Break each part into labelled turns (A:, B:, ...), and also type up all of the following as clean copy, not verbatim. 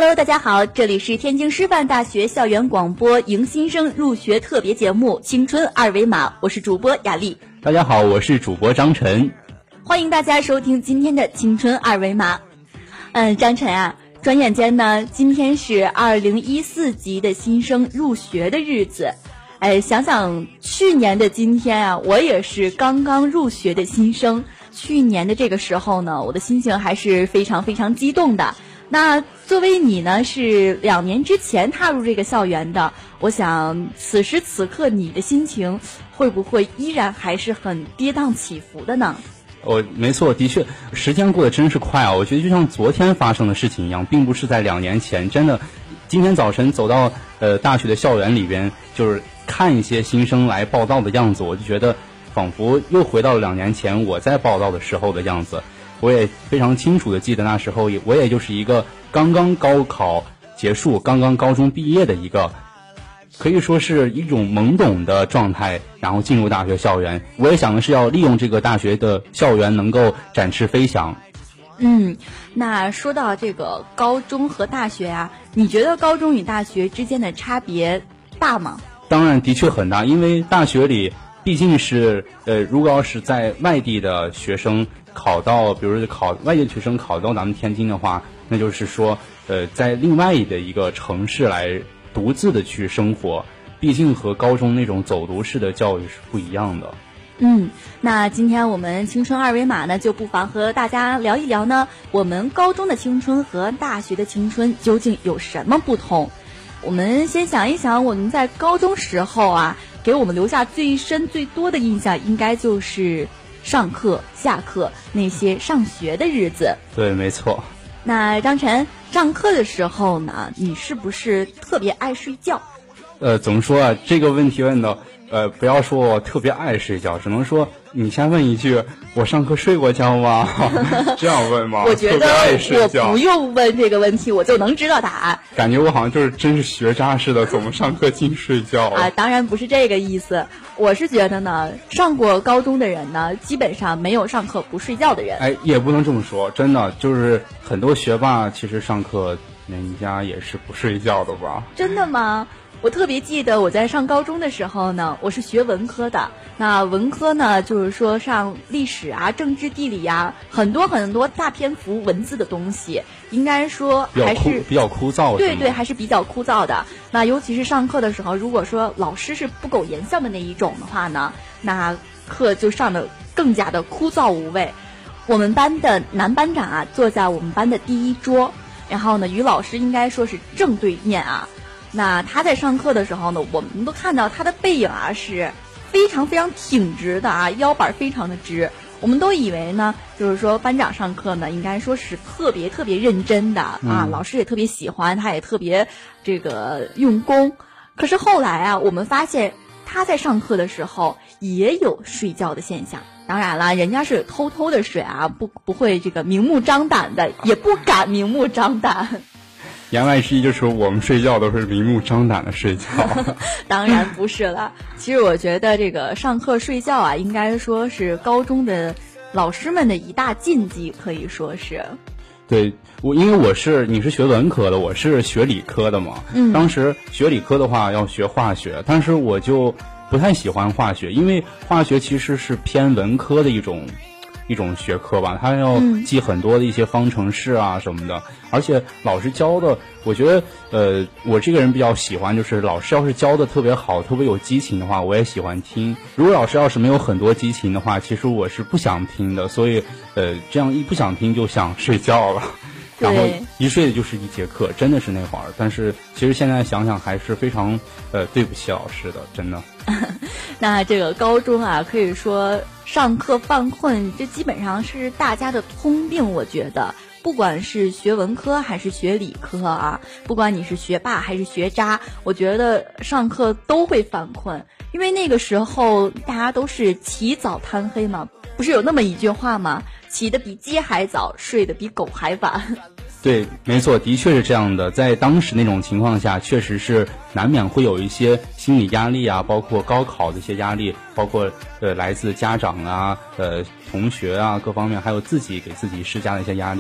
A: Hello， 大家好，这里是天津师范大学校园广播迎新生入学特别节目《青春二维码》，我是主播雅丽。
B: 大家好，我是主播张晨。
A: 欢迎大家收听今天的《青春二维码》。张晨啊，转眼间呢，今天是2014级的新生入学的日子。想想去年的今天啊，我也是刚刚入学的新生。去年的这个时候呢，我的心情还是非常非常激动的。那作为你呢，是2年之前踏入这个校园的，我想此时此刻你的心情会不会依然还是很跌宕起伏的呢？
B: 没错，的确，时间过得真是快啊！我觉得就像昨天发生的事情一样，并不是在2年前。真的，今天早晨走到大学的校园里边，就是看一些新生来报到的样子，我就觉得仿佛又回到了2年前我在报到的时候的样子。我也非常清楚的记得那时候我也就是一个刚刚高考结束，刚刚高中毕业的一个，可以说是一种懵懂的状态，然后进入大学校园。我也想的是要利用这个大学的校园能够展翅飞翔。
A: 那说到这个高中和大学啊，你觉得高中与大学之间的差别大吗？
B: 当然的确很大，因为大学里毕竟是如果要是在外地的学生考到，比如外地学生考到咱们天津的话，那就是说在另外的一个城市来独自的去生活，毕竟和高中那种走读式的教育是不一样的。
A: 那今天我们青春二维码呢，就不妨和大家聊一聊呢，我们高中的青春和大学的青春究竟有什么不同。我们先想一想，我们在高中时候啊，给我们留下最深最多的印象应该就是上课下课那些上学的日子。
B: 对，没错。
A: 那张晨，上课的时候呢，你是不是特别爱睡觉？
B: 怎么说啊，这个问题问的不要说我特别爱睡觉，只能说你先问一句，我上课睡过觉吗？这样问吗？
A: 我觉得我不用问这个问题，我就能知道答案。
B: 感觉我好像就是真是学渣似的，怎么上课净睡觉
A: 啊？当然不是这个意思，我是觉得呢，上过高中的人呢，基本上没有上课不睡觉的人。
B: 也不能这么说，真的就是很多学霸其实上课人家也是不睡觉的吧？
A: 真的吗？我特别记得我在上高中的时候呢，我是学文科的。那文科呢，就是说上历史啊、政治、地理啊，很多很多大篇幅文字的东西，应该说还是
B: 比较枯燥。
A: 对，还是比较枯燥的。那尤其是上课的时候，如果说老师是不苟言笑的那一种的话呢，那课就上得更加的枯燥无味。我们班的男班长啊，坐在我们班的第一桌，然后呢，与老师应该说是正对面啊。那他在上课的时候呢，我们都看到他的背影啊是非常非常挺直的啊，腰板非常的直。我们都以为呢，就是说班长上课呢，应该说是特别特别认真的啊，老师也特别喜欢，他也特别这个用功。可是后来啊，我们发现他在上课的时候也有睡觉的现象。当然了，人家是偷偷的睡啊，不会这个明目张胆的，也不敢明目张胆。
B: 言外之意就是我们睡觉都是明目张胆的睡觉。
A: 当然不是了，其实我觉得这个上课睡觉啊，应该说是高中的老师们的一大禁忌，可以说是。
B: 对，因为你是学文科的，我是学理科的嘛。当时学理科的话要学化学，但是我就不太喜欢化学，因为化学其实是偏文科的一种学科吧，它要记很多的一些方程式啊什么的，而且老师教的，我觉得我这个人比较喜欢，就是老师要是教的特别好，特别有激情的话，我也喜欢听。如果老师要是没有很多激情的话，其实我是不想听的，所以这样一不想听就想睡觉了，然后一睡的就是一节课，真的是那会儿。但是其实现在想想还是非常对不起老师的，真的。
A: 那这个高中啊，可以说上课犯困，这基本上是大家的通病。我觉得不管是学文科还是学理科啊，不管你是学霸还是学渣，我觉得上课都会犯困。因为那个时候大家都是起早贪黑嘛，不是有那么一句话吗？起得比鸡还早，睡得比狗还晚。
B: 对，没错，的确是这样的。在当时那种情况下，确实是难免会有一些心理压力啊，包括高考的一些压力，包括来自家长啊、同学啊各方面，还有自己给自己施加的一些压力。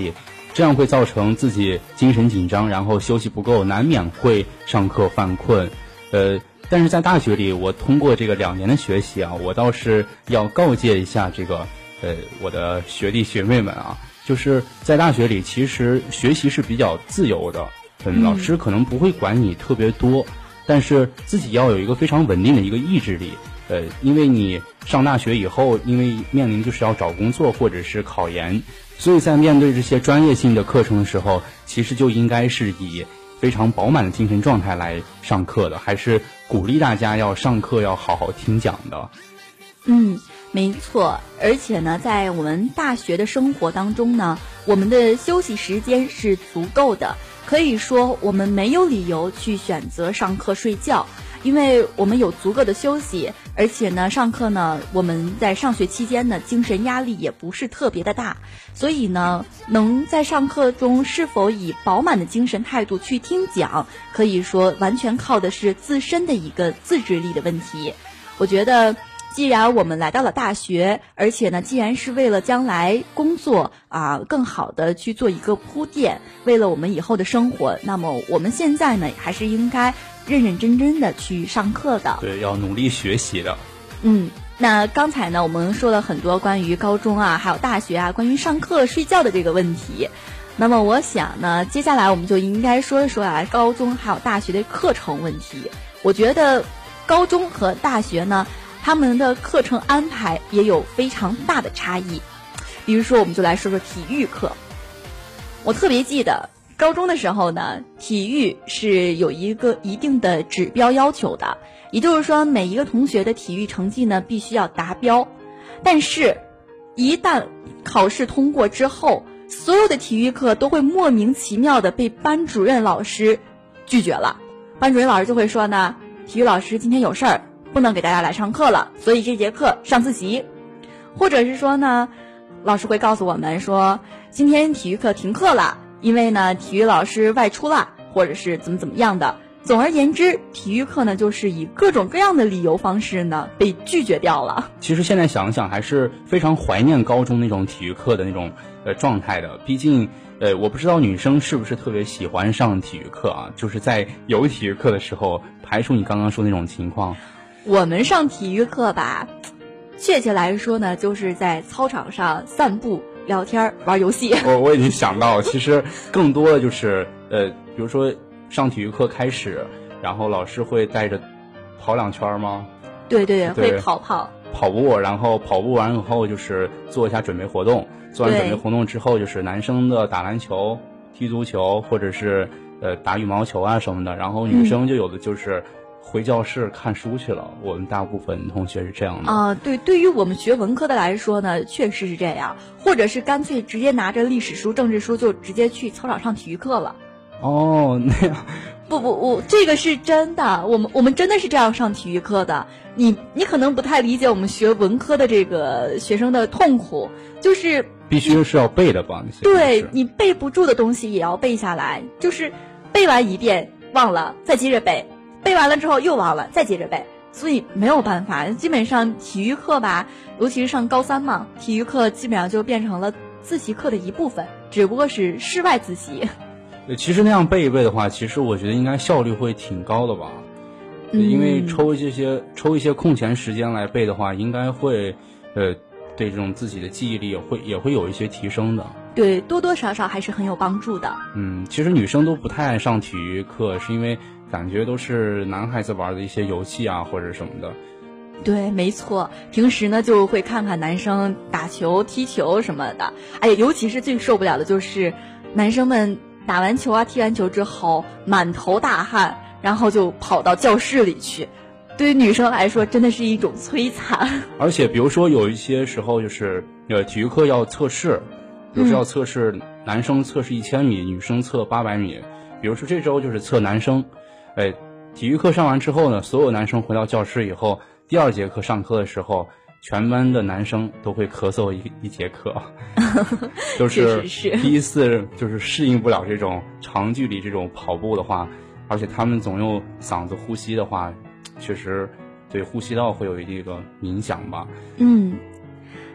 B: 这样会造成自己精神紧张，然后休息不够，难免会上课犯困。但是在大学里，我通过这个2年的学习啊，我倒是要告诫一下这个我的学弟学妹们啊，就是在大学里其实学习是比较自由的，老师可能不会管你特别多，但是自己要有一个非常稳定的一个意志力。因为你上大学以后，因为面临就是要找工作或者是考研，所以在面对这些专业性的课程的时候，其实就应该是以非常饱满的精神状态来上课的，还是鼓励大家要上课要好好听讲的。
A: 没错，而且呢，在我们大学的生活当中呢，我们的休息时间是足够的，可以说我们没有理由去选择上课睡觉，因为我们有足够的休息，而且呢，上课呢，我们在上学期间呢，精神压力也不是特别的大，所以呢，能在上课中是否以饱满的精神态度去听讲，可以说完全靠的是自身的一个自制力的问题。我觉得既然我们来到了大学，而且呢，既然是为了将来工作更好的去做一个铺垫，为了我们以后的生活，那么我们现在呢，还是应该认认真真的去上课的。
B: 对，要努力学习的。
A: 那刚才呢，我们说了很多关于高中还有大学关于上课睡觉的这个问题。那么我想呢，接下来我们就应该说一说高中还有大学的课程问题。我觉得高中和大学呢，他们的课程安排也有非常大的差异。比如说，我们就来说说体育课。我特别记得高中的时候呢，体育是有一个一定的指标要求的，也就是说每一个同学的体育成绩呢必须要达标。但是一旦考试通过之后，所有的体育课都会莫名其妙的被班主任老师拒绝了。班主任老师就会说呢，体育老师今天有事儿，不能给大家来上课了，所以这节课上自习。或者是说呢，老师会告诉我们说，今天体育课停课了，因为呢体育老师外出了，或者是怎么样的。总而言之，体育课呢就是以各种各样的理由方式呢被拒绝掉了。
B: 其实现在想想还是非常怀念高中那种体育课的那种状态的。毕竟我不知道女生是不是特别喜欢上体育课就是在有体育课的时候，排除你刚刚说那种情况。
A: 我们上体育课吧，确切来说呢，就是在操场上散步、聊天、玩游戏。
B: 我已经想到，其实更多的就是比如说上体育课开始，然后老师会带着跑2圈吗？
A: 对，会跑
B: 步，然后跑步完以后就是做一下准备活动，做完准备活动之后就是男生的打篮球、踢足球，或者是打羽毛球什么的，然后女生就有的就是回教室看书去了。我们大部分同学是这样的
A: 对于我们学文科的来说呢，确实是这样，或者是干脆直接拿着历史书、政治书就直接去操场上体育课了。
B: 那样
A: 不，这个是真的，我们真的是这样上体育课的。你可能不太理解我们学文科的这个学生的痛苦，就是
B: 必须是要背的吧？
A: 对，你背不住的东西也要背下来，就是背完一遍忘了再接着背，背完了之后又忘了再接着背，所以没有办法。基本上体育课吧，尤其是上高3嘛，体育课基本上就变成了自习课的一部分，只不过是室外自习。
B: 其实那样背一背的话，其实我觉得应该效率会挺高的吧。因为抽一些空闲时间来背的话，应该会对这种自己的记忆力也会有一些提升的。
A: 对，多多少少还是很有帮助的。
B: 其实女生都不太爱上体育课，是因为感觉都是男孩子玩的一些游戏或者什么的。
A: 对，没错，平时呢就会看看男生打球、踢球什么的。尤其是最受不了的就是男生们打完球踢完球之后满头大汗，然后就跑到教室里去，对于女生来说真的是一种摧残。
B: 而且比如说有一些时候就是体育课要测试，比如说要测试男生测试1000米，女生测800米。比如说这周就是测男生，体育课上完之后呢，所有男生回到教室以后，第2节课上课的时候，全班的男生都会咳嗽一节课，都是第一次就是适应不了这种长距离这种跑步的话，而且他们总用嗓子呼吸的话，确实对呼吸道会有一个影响吧。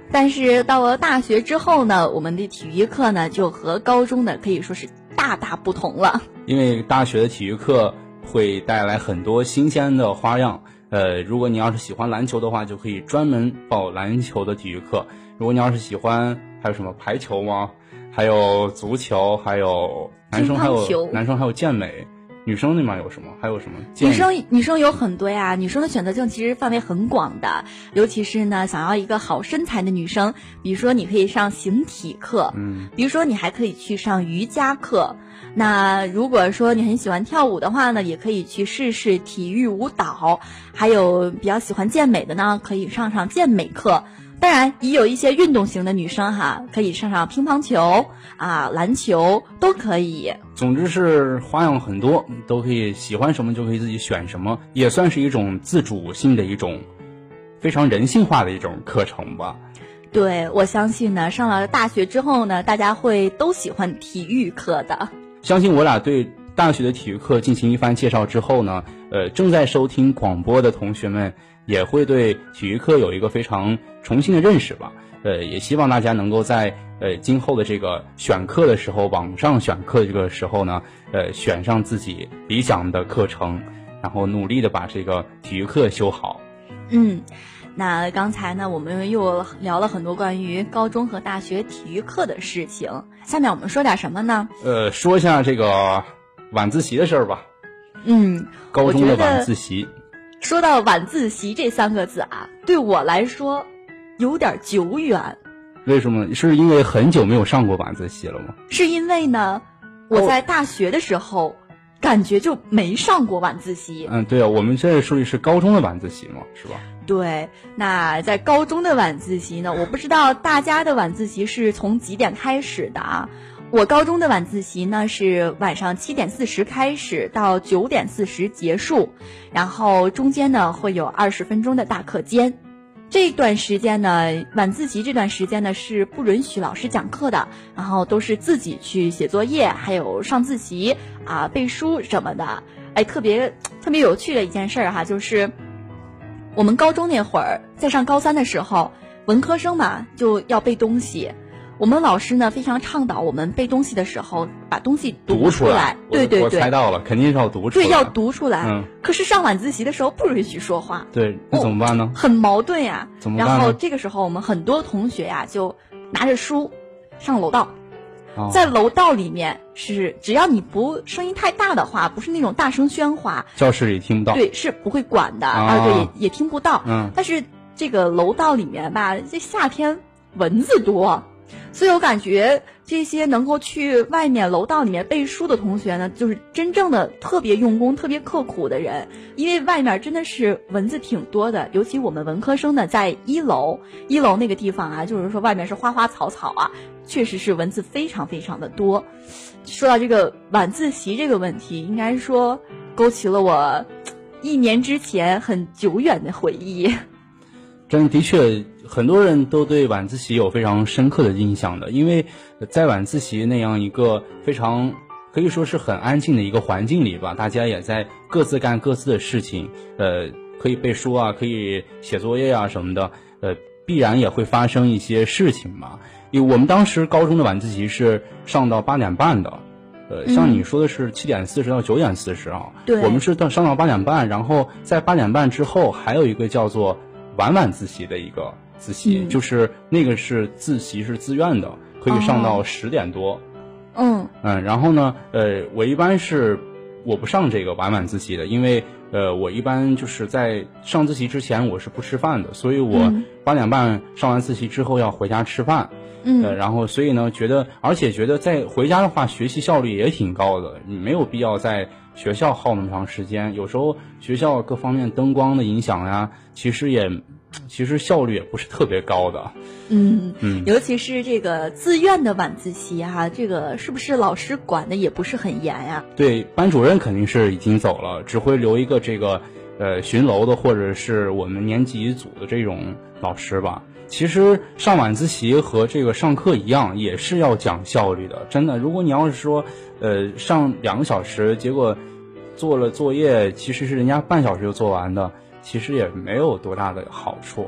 A: 但是到了大学之后呢，我们的体育课呢就和高中的可以说是大大不同了。
B: 因为大学的体育课会带来很多新鲜的花样。如果你要是喜欢篮球的话，就可以专门报篮球的体育课。如果你要是喜欢还有什么排球吗？还有足球，还有男生还有健美。女生那边有什么？还有什么？
A: 女生有很多呀，女生的选择性其实范围很广的，尤其是呢，想要一个好身材的女生，比如说你可以上形体课，比如说你还可以去上瑜伽课。那如果说你很喜欢跳舞的话呢，也可以去试试体育舞蹈，还有比较喜欢健美的呢，可以上上健美课。当然也有一些运动型的女生哈，可以上上乒乓球啊、篮球都可以。
B: 总之是花样很多，都可以喜欢什么就可以自己选什么，也算是一种自主性的一种非常人性化的一种课程吧。
A: 对，我相信呢，上了大学之后呢，大家会都喜欢体育课的。
B: 相信我俩对大学的体育课进行一番介绍之后呢，正在收听广播的同学们也会对体育课有一个非常重新的认识吧。也希望大家能够在今后的这个选课的时候，网上选课的这个时候呢，选上自己理想的课程，然后努力的把这个体育课修好。
A: 那刚才呢，我们又聊了很多关于高中和大学体育课的事情，下面我们说点什么呢？
B: 说一下这个晚自习的事儿吧。高中的晚自习。
A: 说到晚自习这3个字啊，对我来说有点久远。
B: 为什么？是因为很久没有上过晚自习了吗？
A: 是因为呢，我在大学的时候感觉就没上过晚自习。
B: 对啊，我们这属于是高中的晚自习嘛，是吧？
A: 对，那在高中的晚自习呢，我不知道大家的晚自习是从几点开始的啊？我高中的晚自习呢是晚上7点40开始到9点40结束，然后中间呢会有20分钟的大课间。这段时间呢，晚自习这段时间呢是不允许老师讲课的，然后都是自己去写作业，还有上自习啊、背书什么的。特别有趣的一件事儿哈，就是我们高中那会儿在上高3的时候，文科生嘛就要背东西。我们老师呢非常倡导我们背东西的时候把东西读出来。对，
B: 我猜到了，肯定是要读出来。
A: 对，要读出来。可是上晚自习的时候不允许说话。
B: 对，那怎么办呢？
A: 很矛盾呀。
B: 怎么办呢？
A: 然后这个时候我们很多同学呀就拿着书上楼道。在楼道里面是只要你不声音太大的话，不是那种大声喧哗，
B: 教室里听不到。
A: 对，是不会管的。对，也听不到。但是这个楼道里面吧，这夏天蚊子多。所以我感觉这些能够去外面楼道里面背书的同学呢，就是真正的特别用功、特别刻苦的人。因为外面真的是蚊子挺多的，尤其我们文科生呢，在1楼那个地方啊，就是说外面是花花草草啊，确实是蚊子非常非常的多。说到这个晚自习这个问题，应该说勾起了我1年之前很久远的回忆。
B: 真的确，很多人都对晚自习有非常深刻的印象的，因为在晚自习那样一个非常可以说是很安静的一个环境里吧，大家也在各自干各自的事情，可以背书啊，可以写作业啊什么的，必然也会发生一些事情嘛。因为我们当时高中的晚自习是上到8点半的。像你说的是7点40到9点40啊，
A: 对，
B: 我们是上到8点半，然后在8点半之后还有一个叫做晚自习的一个自习，就是那个是自习是自愿的，可以上到10点多。然后呢，我一般是我不上这个晚自习的，因为我一般就是在上自习之前我是不吃饭的，所以我8点半上完自习之后要回家吃饭。然后所以呢，而且觉得在回家的话，学习效率也挺高的，你没有必要在学校耗那么长时间。有时候学校各方面灯光的影响呀，其实效率也不是特别高的。
A: 尤其是这个自愿的晚自习哈，这个是不是老师管的也不是很严呀？
B: 对，班主任肯定是已经走了，只会留一个这个巡楼的或者是我们年级组的这种老师吧。其实上晚自习和这个上课一样，也是要讲效率的。真的，如果你要是说上2个小时，结果做了作业其实是人家半小时就做完的，其实也没有多大的好处。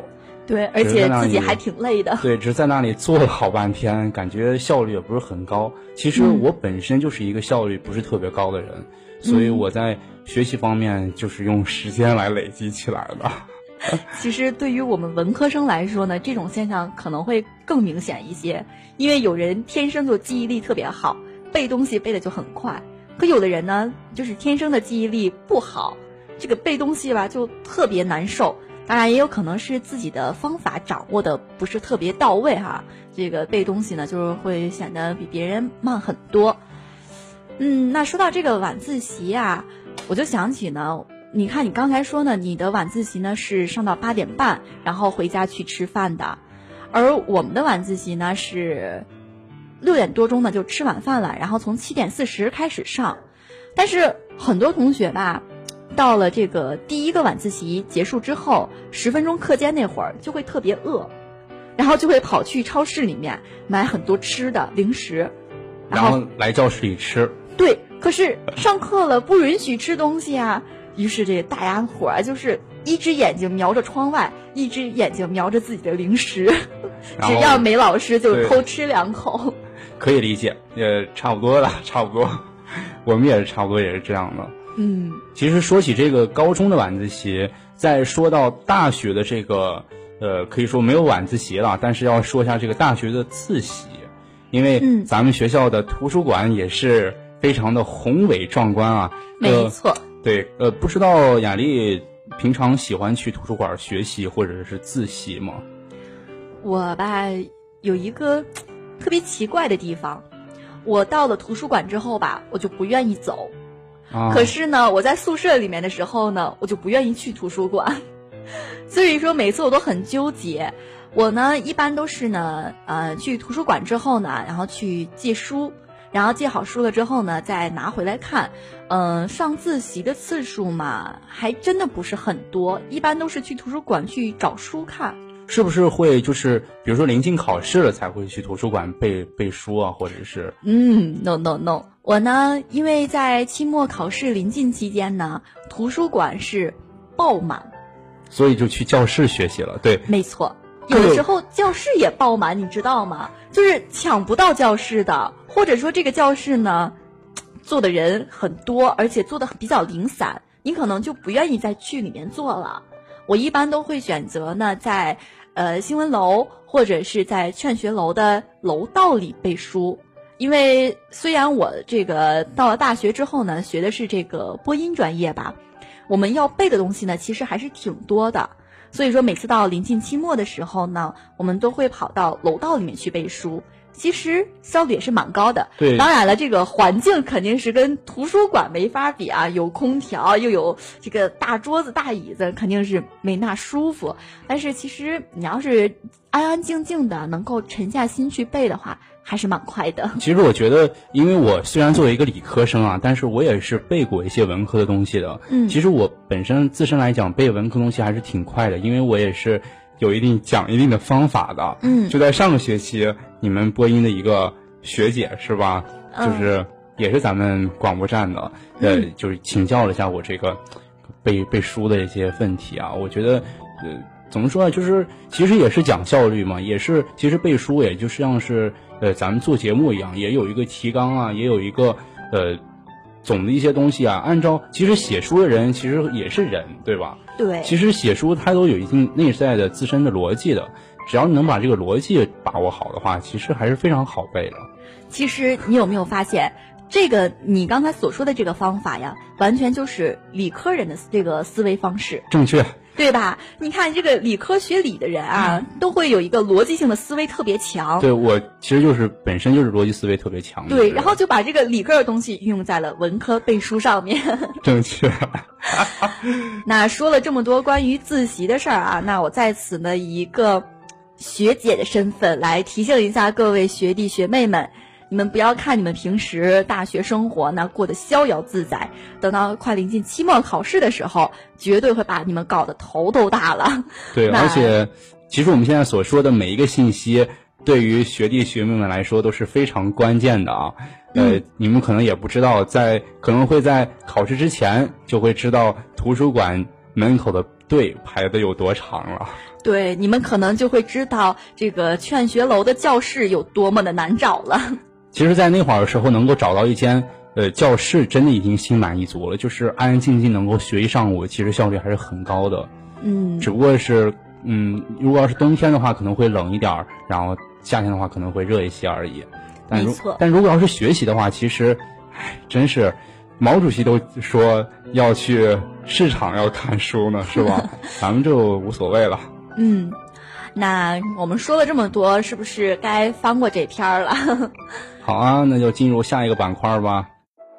A: 对，而且自己还挺累的。
B: 对，只是在那里坐了好半天，感觉效率也不是很高。其实我本身就是一个效率不是特别高的人，所以我在学习方面就是用时间来累积起来的。
A: 其实对于我们文科生来说呢，这种现象可能会更明显一些，因为有人天生就记忆力特别好，背东西背的就很快，可有的人呢就是天生的记忆力不好，这个背东西吧就特别难受。当然也有可能是自己的方法掌握的不是特别到位哈，这个背东西呢就是会显得比别人慢很多。那说到这个晚自习啊，我就想起呢，你看你刚才说呢，你的晚自习呢是上到8点半，然后回家去吃饭的，而我们的晚自习呢是6点多钟呢就吃晚饭了，然后从7点40开始上。但是很多同学吧，到了这个第一个晚自习结束之后，10分钟课间那会儿就会特别饿，然后就会跑去超市里面买很多吃的零食，
B: 然后来教室里吃。
A: 对，可是上课了不允许吃东西啊。于是这大家伙儿就是一只眼睛瞄着窗外，一只眼睛瞄着自己的零食，只要没老师就偷吃2口。
B: 可以理解，也差不多了，差不多，我们也是差不多也是这样的。其实说起这个高中的晚自习，再说到大学的这个可以说没有晚自习了，但是要说一下这个大学的自习，因为咱们学校的图书馆也是非常的宏伟壮观啊。
A: 没错。
B: 对，不知道雅丽平常喜欢去图书馆学习或者是自习吗？
A: 我吧有一个特别奇怪的地方，我到了图书馆之后吧，我就不愿意走。可是呢，我在宿舍里面的时候呢，我就不愿意去图书馆，所以说每次我都很纠结。我呢一般都是呢，去图书馆之后呢，然后去借书，然后借好书了之后呢，再拿回来看。上自习的次数嘛，还真的不是很多，一般都是去图书馆去找书看。
B: 是不是会就是比如说临近考试了才会去图书馆背书啊，或者是
A: ？No， 我呢，因为在期末考试临近期间呢，图书馆是爆满，
B: 所以就去教室学习了。对，
A: 没错，有的时候教室也爆满，你知道吗？就是抢不到教室的，或者说这个教室呢坐的人很多，而且坐的比较零散，你可能就不愿意再去里面坐了。我一般都会选择呢在新闻楼或者是在劝学楼的楼道里背书。因为虽然我这个到了大学之后呢，学的是这个播音专业吧，我们要背的东西呢其实还是挺多的，所以说每次到临近期末的时候呢，我们都会跑到楼道里面去背书，其实效率也是蛮高的。
B: 对，
A: 当然了，这个环境肯定是跟图书馆没法比啊，有空调又有这个大桌子大椅子，肯定是没那舒服。但是其实你要是安安静静的能够沉下心去背的话，还是蛮快的。
B: 其实我觉得，因为我虽然作为一个理科生啊，但是我也是背过一些文科的东西的。其实我本身自身来讲，背文科东西还是挺快的，因为我也是有讲一定的方法的。就在上个学期，你们播音的一个学姐是吧？就是也是咱们广播站的，就是请教了一下我这个背书的一些问题啊。我觉得，怎么说呢？就是其实也是讲效率嘛，也是其实背书也就像是咱们做节目一样，也有一个提纲啊，也有一个总的一些东西啊。按照其实写书的人其实也是人，对吧？
A: 对。
B: 其实写书它都有一定内在的自身的逻辑的，只要你能把这个逻辑把握好的话，其实还是非常好背的。
A: 其实你有没有发现，这个你刚才所说的这个方法呀，完全就是理科人的这个思维方式。
B: 正确。
A: 对吧？你看这个理科学理的人啊，都会有一个逻辑性的思维特别强。
B: 对，我其实本身就是逻辑思维特别强的。
A: 对，然后就把这个理科的东西运用在了文科背书上面。
B: 正确。
A: 那说了这么多关于自习的事儿啊，那我在此呢以一个学姐的身份来提醒一下各位学弟学妹们，你们不要看你们平时大学生活那过得逍遥自在，等到快临近期末考试的时候，绝对会把你们搞得头都大了。
B: 对，而且其实我们现在所说的每一个信息，对于学弟学妹们来说都是非常关键的啊。你们可能也不知道，可能会在考试之前就会知道图书馆门口的队排的有多长了。
A: 对，你们可能就会知道这个劝学楼的教室有多么的难找了。
B: 其实在那会儿的时候能够找到一间教室真的已经心满意足了，就是安安静静能够学一上午，其实效率还是很高的。只不过是如果要是冬天的话可能会冷一点，然后夏天的话可能会热一些而已。但如果要是学习的话，其实真是毛主席都说要去市场要看书呢，是吧？咱们就无所谓了。
A: 那我们说了这么多，是不是该翻过这篇了？
B: 好啊，那就进入下一个板块吧。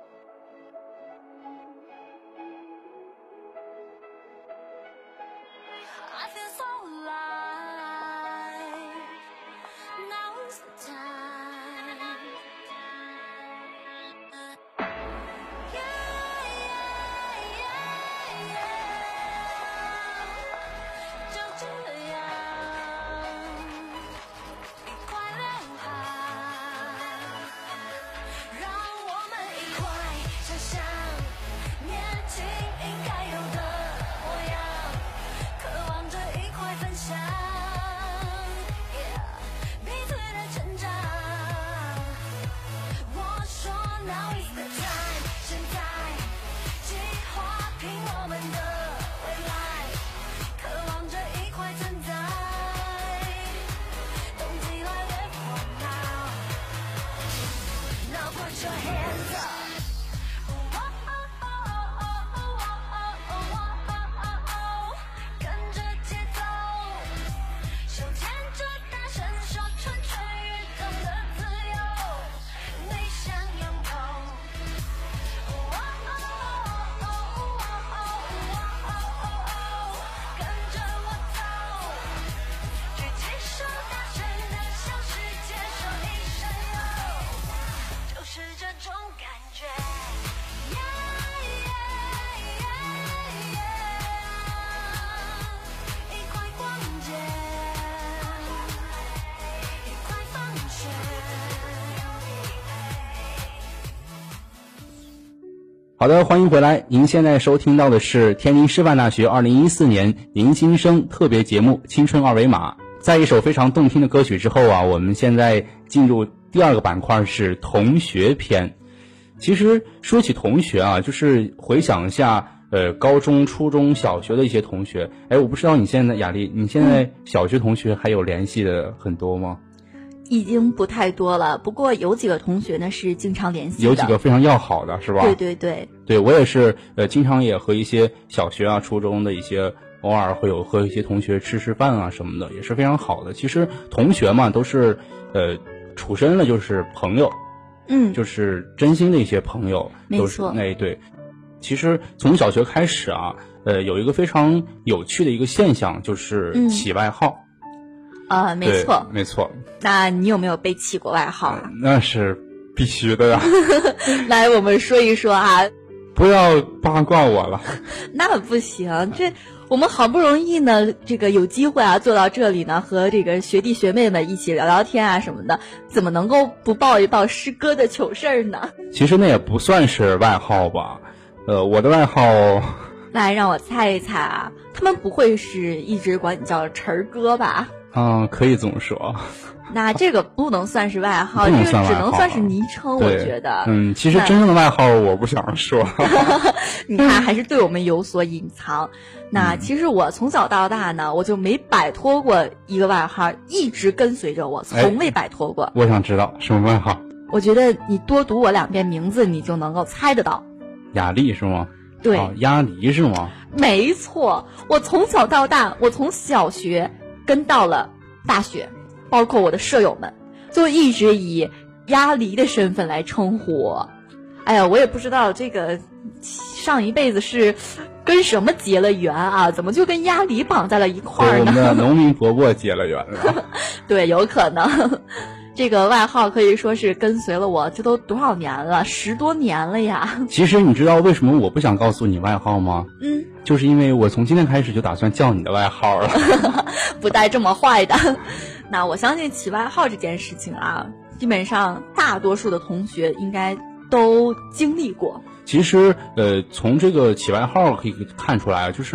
B: 好的，欢迎回来。您现在收听到的是天津师范大学2014年迎新生特别节目《青春二维码》。在一首非常动听的歌曲之后啊，我们现在进入第二个板块，是同学篇。其实说起同学啊，就是回想一下高中、初中小学的一些同学。我不知道你现在雅丽，你现在小学同学还有联系的很多吗？
A: 已经不太多了，不过有几个同学呢是经常联系的，
B: 有几个非常要好的是吧？对，我也是经常也和一些小学啊初中的一些偶尔会有和一些同学吃饭啊什么的，也是非常好的。其实同学嘛都是处身了就是朋友，就是真心的一些朋友，
A: 没错。
B: 对，其实从小学开始啊有一个非常有趣的一个现象，就是起外号。
A: 没错。那你有没有被起过外号啊？
B: 那是必须的呀。
A: 来，我们说一说啊。
B: 不要八卦我了。
A: 那不行，这我们好不容易呢，这个有机会啊坐到这里呢，和这个学弟学妹们一起聊聊天啊什么的，怎么能够不报一报师哥的糗事儿呢？
B: 其实那也不算是外号吧，我的外号。
A: 来，让我猜一猜啊，他们不会是一直管你叫晨儿哥吧？
B: 可以这么说。
A: 那这个不能算是外号，这个只能算是昵称，我觉得。
B: 其实真正的外号我不想说。
A: 你看，还是对我们有所隐藏。那其实我从小到大呢，我就没摆脱过一个外号，一直跟随着我，从未摆脱过。
B: 我想知道什么外号？
A: 我觉得你多读我2遍名字，你就能够猜得到。
B: 雅丽是吗？
A: 对，
B: 鸭梨是吗？
A: 没错，我从小到大，我从小学跟到了大学，包括我的舍友们，就一直以鸭梨的身份来称呼我。哎呀，我也不知道这个上一辈子是跟什么结了缘啊，怎么就跟鸭梨绑在了一块儿呢？
B: 我们的农民伯伯结了缘了。
A: 对，有可能。这个外号可以说是跟随了我，这都多少年了，10多年了呀。
B: 其实你知道为什么我不想告诉你外号吗？就是因为我从今天开始就打算叫你的外号了。
A: 不带这么坏的。那我相信起外号这件事情啊，基本上大多数的同学应该都经历过。
B: 其实从这个起外号可以看出来，就是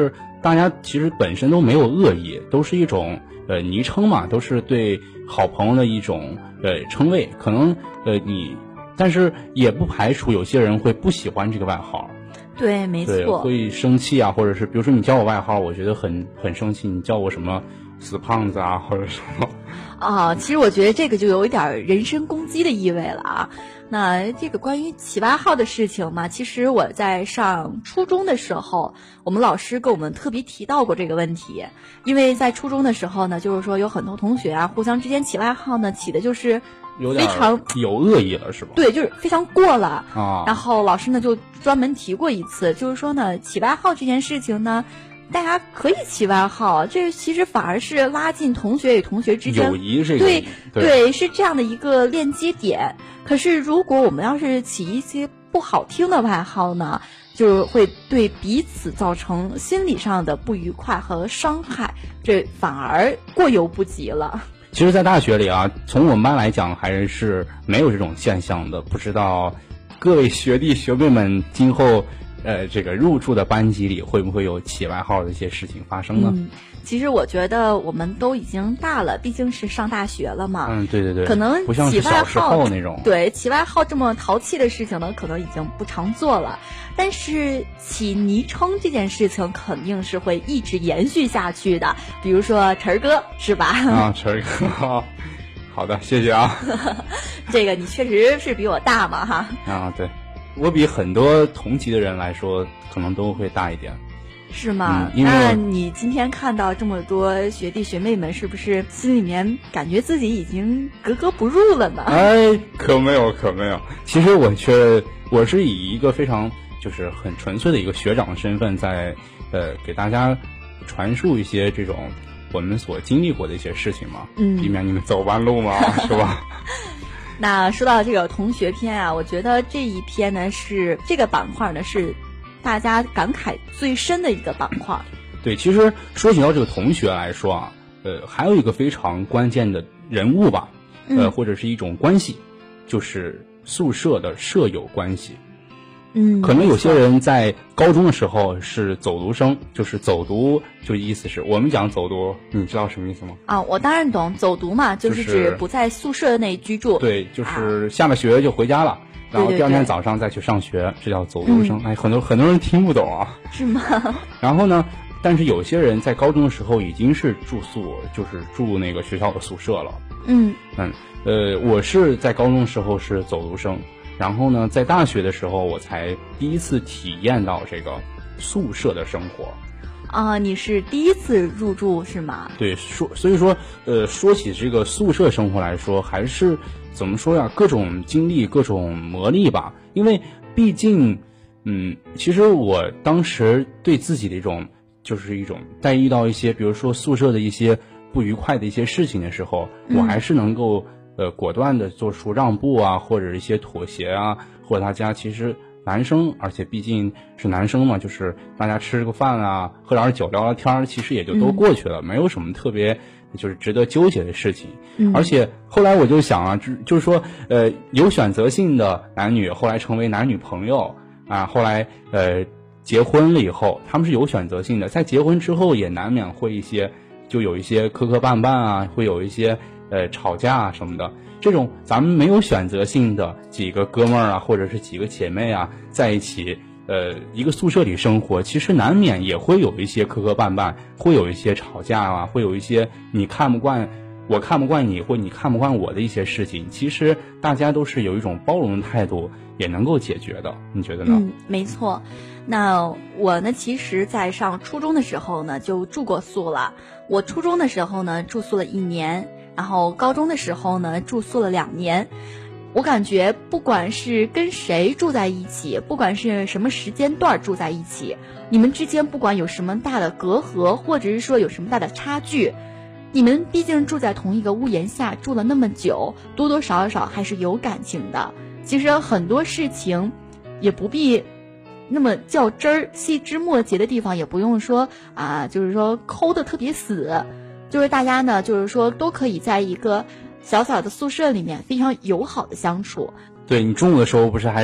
B: 大家其实本身都没有恶意，都是一种昵称嘛，都是对好朋友的一种称谓。可能但是也不排除有些人会不喜欢这个外号。
A: 对，没错。
B: 对，会生气啊，或者是比如说你叫我外号，我觉得很生气，你叫我什么死胖子啊，或者什么。
A: 其实我觉得这个就有一点人身攻击的意味了啊。那这个关于起外号的事情嘛，其实我在上初中的时候，我们老师跟我们特别提到过这个问题。因为在初中的时候呢，就是说有很多同学啊，互相之间起外号呢，起的就是非常
B: 有恶意了，是吧？
A: 对，就是非常过了
B: 啊。
A: 然后老师呢就专门提过一次，就是说呢，起外号这件事情呢，大家可以起外号，这其实反而是拉近同学与同学之间
B: 友谊这个
A: 对，是这样的一个链接点。可是如果我们要是起一些不好听的外号呢，就会对彼此造成心理上的不愉快和伤害，这反而过犹不及了。
B: 其实在大学里啊，从我们班来讲还是没有这种现象的。不知道各位学弟学妹们今后这个入驻的班级里会不会有起外号的一些事情发生呢？
A: 其实我觉得我们都已经大了，毕竟是上大学了嘛。
B: 对对对，
A: 可能
B: 不像是小时候那种。
A: 对，起外号这么淘气的事情呢，可能已经不常做了。但是起昵称这件事情肯定是会一直延续下去的。比如说晨儿哥，是吧？
B: 晨儿哥，好的，谢谢啊。
A: 这个你确实是比我大嘛，哈。
B: 对，我比很多同级的人来说，可能都会大一点。
A: 是吗？那你今天看到这么多学弟学妹们，是不是心里面感觉自己已经格格不入了呢？
B: 可没有。其实我是以一个非常就是很纯粹的一个学长的身份，在给大家传述一些这种我们所经历过的一些事情嘛，避免你们走弯路嘛，是吧？
A: 那说到这个同学篇啊，我觉得这一篇呢是这个板块呢是大家感慨最深的一个板块。
B: 对，其实说起到这个同学来说啊，还有一个非常关键的人物吧，或者是一种关系，就是宿舍的舍友关系。可能有些人在高中的时候是走读生，就是走读，就意思是我们讲走读，你知道什么意思吗？
A: 我当然懂，走读嘛，就是指不在宿舍内居住。
B: 对，就是下了学就回家了。然后第二天早上再去上学，这叫走读生。很多人听不懂啊。
A: 是吗？
B: 然后呢，但是有些人在高中的时候已经是住宿，就是住那个学校的宿舍了。我是在高中的时候是走读生，然后呢，在大学的时候我才第一次体验到这个宿舍的生活。
A: 你是第一次入住是吗？
B: 对，所以说，说起这个宿舍生活来说，还是怎么说呀？各种经历，各种磨砺吧。因为毕竟，其实我当时对自己的就是一种，在遇到一些，比如说宿舍的一些不愉快的一些事情的时候，我还是能够果断的做出让步啊，或者一些妥协啊，或者大家其实。男生，而且毕竟是男生嘛，就是大家吃个饭啊，喝点酒聊聊天，其实也就都过去了，没有什么特别就是值得纠结的事情。而且后来我就想啊，就是说，有选择性的男女后来成为男女朋友啊，后来结婚了以后，他们是有选择性的，在结婚之后也难免会就有一些磕磕绊绊啊，会有一些吵架啊什么的。这种咱们没有选择性的几个哥们儿啊，或者是几个姐妹啊，在一起，一个宿舍里生活，其实难免也会有一些磕磕绊绊，会有一些吵架啊，会有一些你看不惯，我看不惯你，或你看不惯我的一些事情。其实大家都是有一种包容的态度，也能够解决的。你觉得呢？
A: 没错。那我呢，其实在上初中的时候呢，就住过宿了。我初中的时候呢，住宿了1年。然后高中的时候呢，住宿了2年。我感觉不管是跟谁住在一起，不管是什么时间段住在一起，你们之间不管有什么大的隔阂，或者是说有什么大的差距，你们毕竟住在同一个屋檐下住了那么久，多多少少还是有感情的。其实很多事情也不必那么较真儿，细枝末节的地方也不用说就是说抠得特别死。就是大家呢，就是说都可以在一个小小的宿舍里面非常友好的相处。
B: 对，你中午的时候不是还让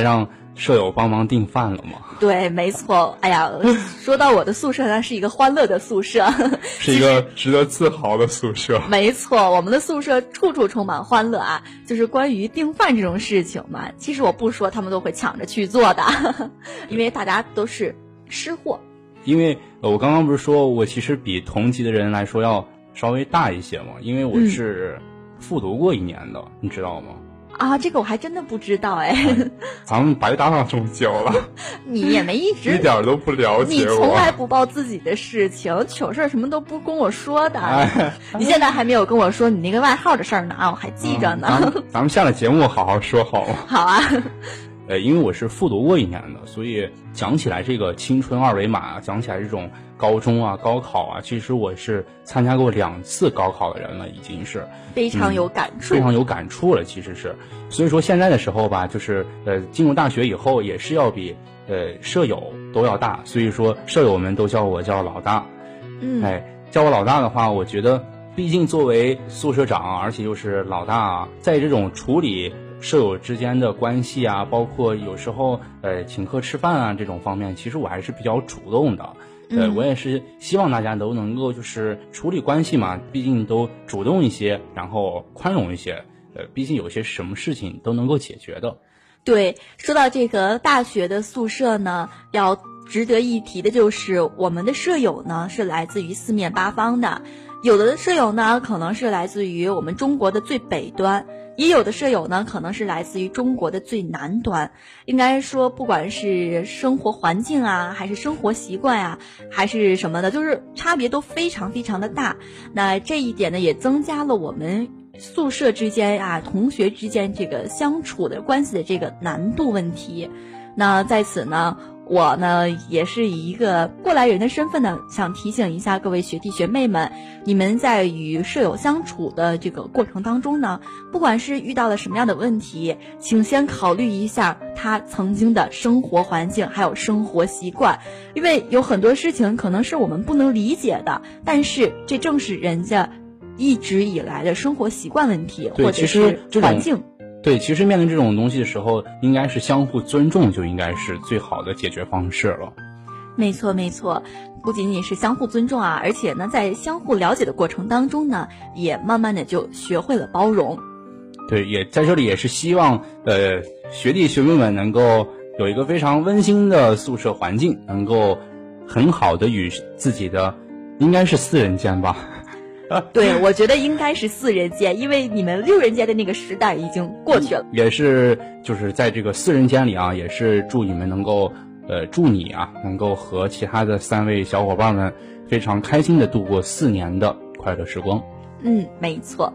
B: 舍友帮忙订饭了吗？
A: 对，没错。哎呀，说到我的宿舍呢，是一个欢乐的宿舍，
B: 是一个值得自豪的宿舍。
A: 没错，我们的宿舍处处充满欢乐啊。就是关于订饭这种事情嘛，其实我不说，他们都会抢着去做的，因为大家都是吃货。
B: 因为我刚刚不是说我其实比同级的人来说要稍微大一些嘛，因为我是复读过1年的，你知道吗？
A: 啊，这个我还真的不知道哎。
B: 咱们白搭档这么久了，
A: 你也没一直
B: 一点都不了解我。
A: 你从来不报自己的事情，糗事什么都不跟我说的。你现在还没有跟我说你那个外号的事儿呢啊，我还记着呢。
B: 咱们下了节目好好说好吗？
A: 好啊。
B: 因为我是复读过1年的，所以讲起来这个青春二维码，讲起来这种高中啊、高考啊，其实我是参加过2次高考的人了，已经是
A: 非常有感触，
B: 非常有感触了。其实是，所以说现在的时候吧，就是进入大学以后也是要比舍友都要大，所以说舍友们都叫我老大。叫我老大的话，我觉得毕竟作为宿舍长，而且又是老大，在这种处理舍友之间的关系啊，包括有时候请客吃饭啊这种方面，其实我还是比较主动的。我也是希望大家都能够就是处理关系嘛，毕竟都主动一些，然后宽容一些。毕竟有些什么事情都能够解决的。
A: 对，说到这个大学的宿舍呢，要值得一提的就是我们的舍友呢是来自于四面八方的，有的舍友呢可能是来自于我们中国的最北端，也有的舍友呢可能是来自于中国的最南端。应该说不管是生活环境啊，还是生活习惯啊，还是什么的，就是差别都非常非常的大。那这一点呢也增加了我们宿舍之间啊，同学之间这个相处的关系的这个难度问题。那在此呢，我呢也是以一个过来人的身份呢，想提醒一下各位学弟学妹们，你们在与舍友相处的这个过程当中呢，不管是遇到了什么样的问题，请先考虑一下他曾经的生活环境还有生活习惯，因为有很多事情可能是我们不能理解的，但是这正是人家一直以来的生活习惯问题，或者是环境。
B: 对，其实面对这种东西的时候，应该是相互尊重，就应该是最好的解决方式了。
A: 没错没错，不仅仅是相互尊重啊，而且呢在相互了解的过程当中呢，也慢慢的就学会了包容。
B: 对，也在这里也是希望学弟学妹们能够有一个非常温馨的宿舍环境，能够很好的与自己的应该是4人间吧。
A: 对，我觉得应该是4人间，因为你们6人间的那个时代已经过去了。
B: 也是就是在这个4人间里啊，也是祝你们能够祝你啊能够和其他的3位小伙伴们非常开心的度过4年的快乐时光。
A: 没错。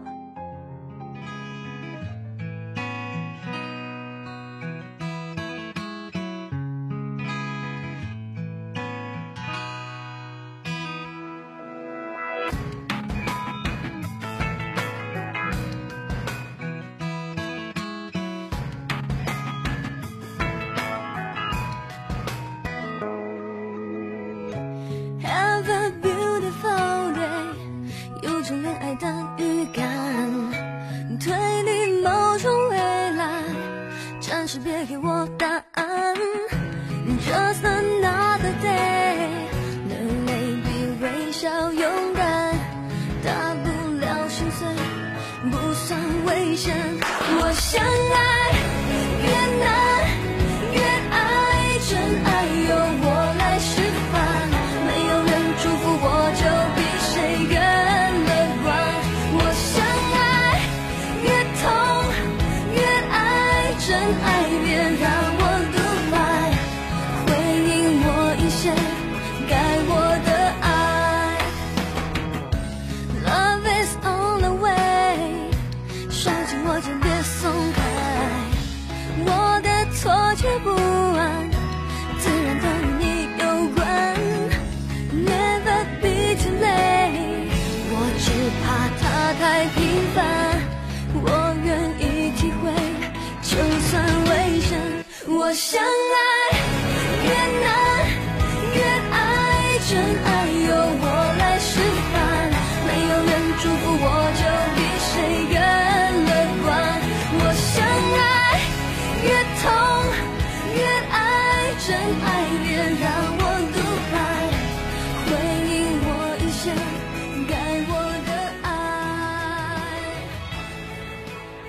C: 我相爱越难越爱，真爱由我来示范，没有人祝福我就比谁更乐观。我相爱越痛越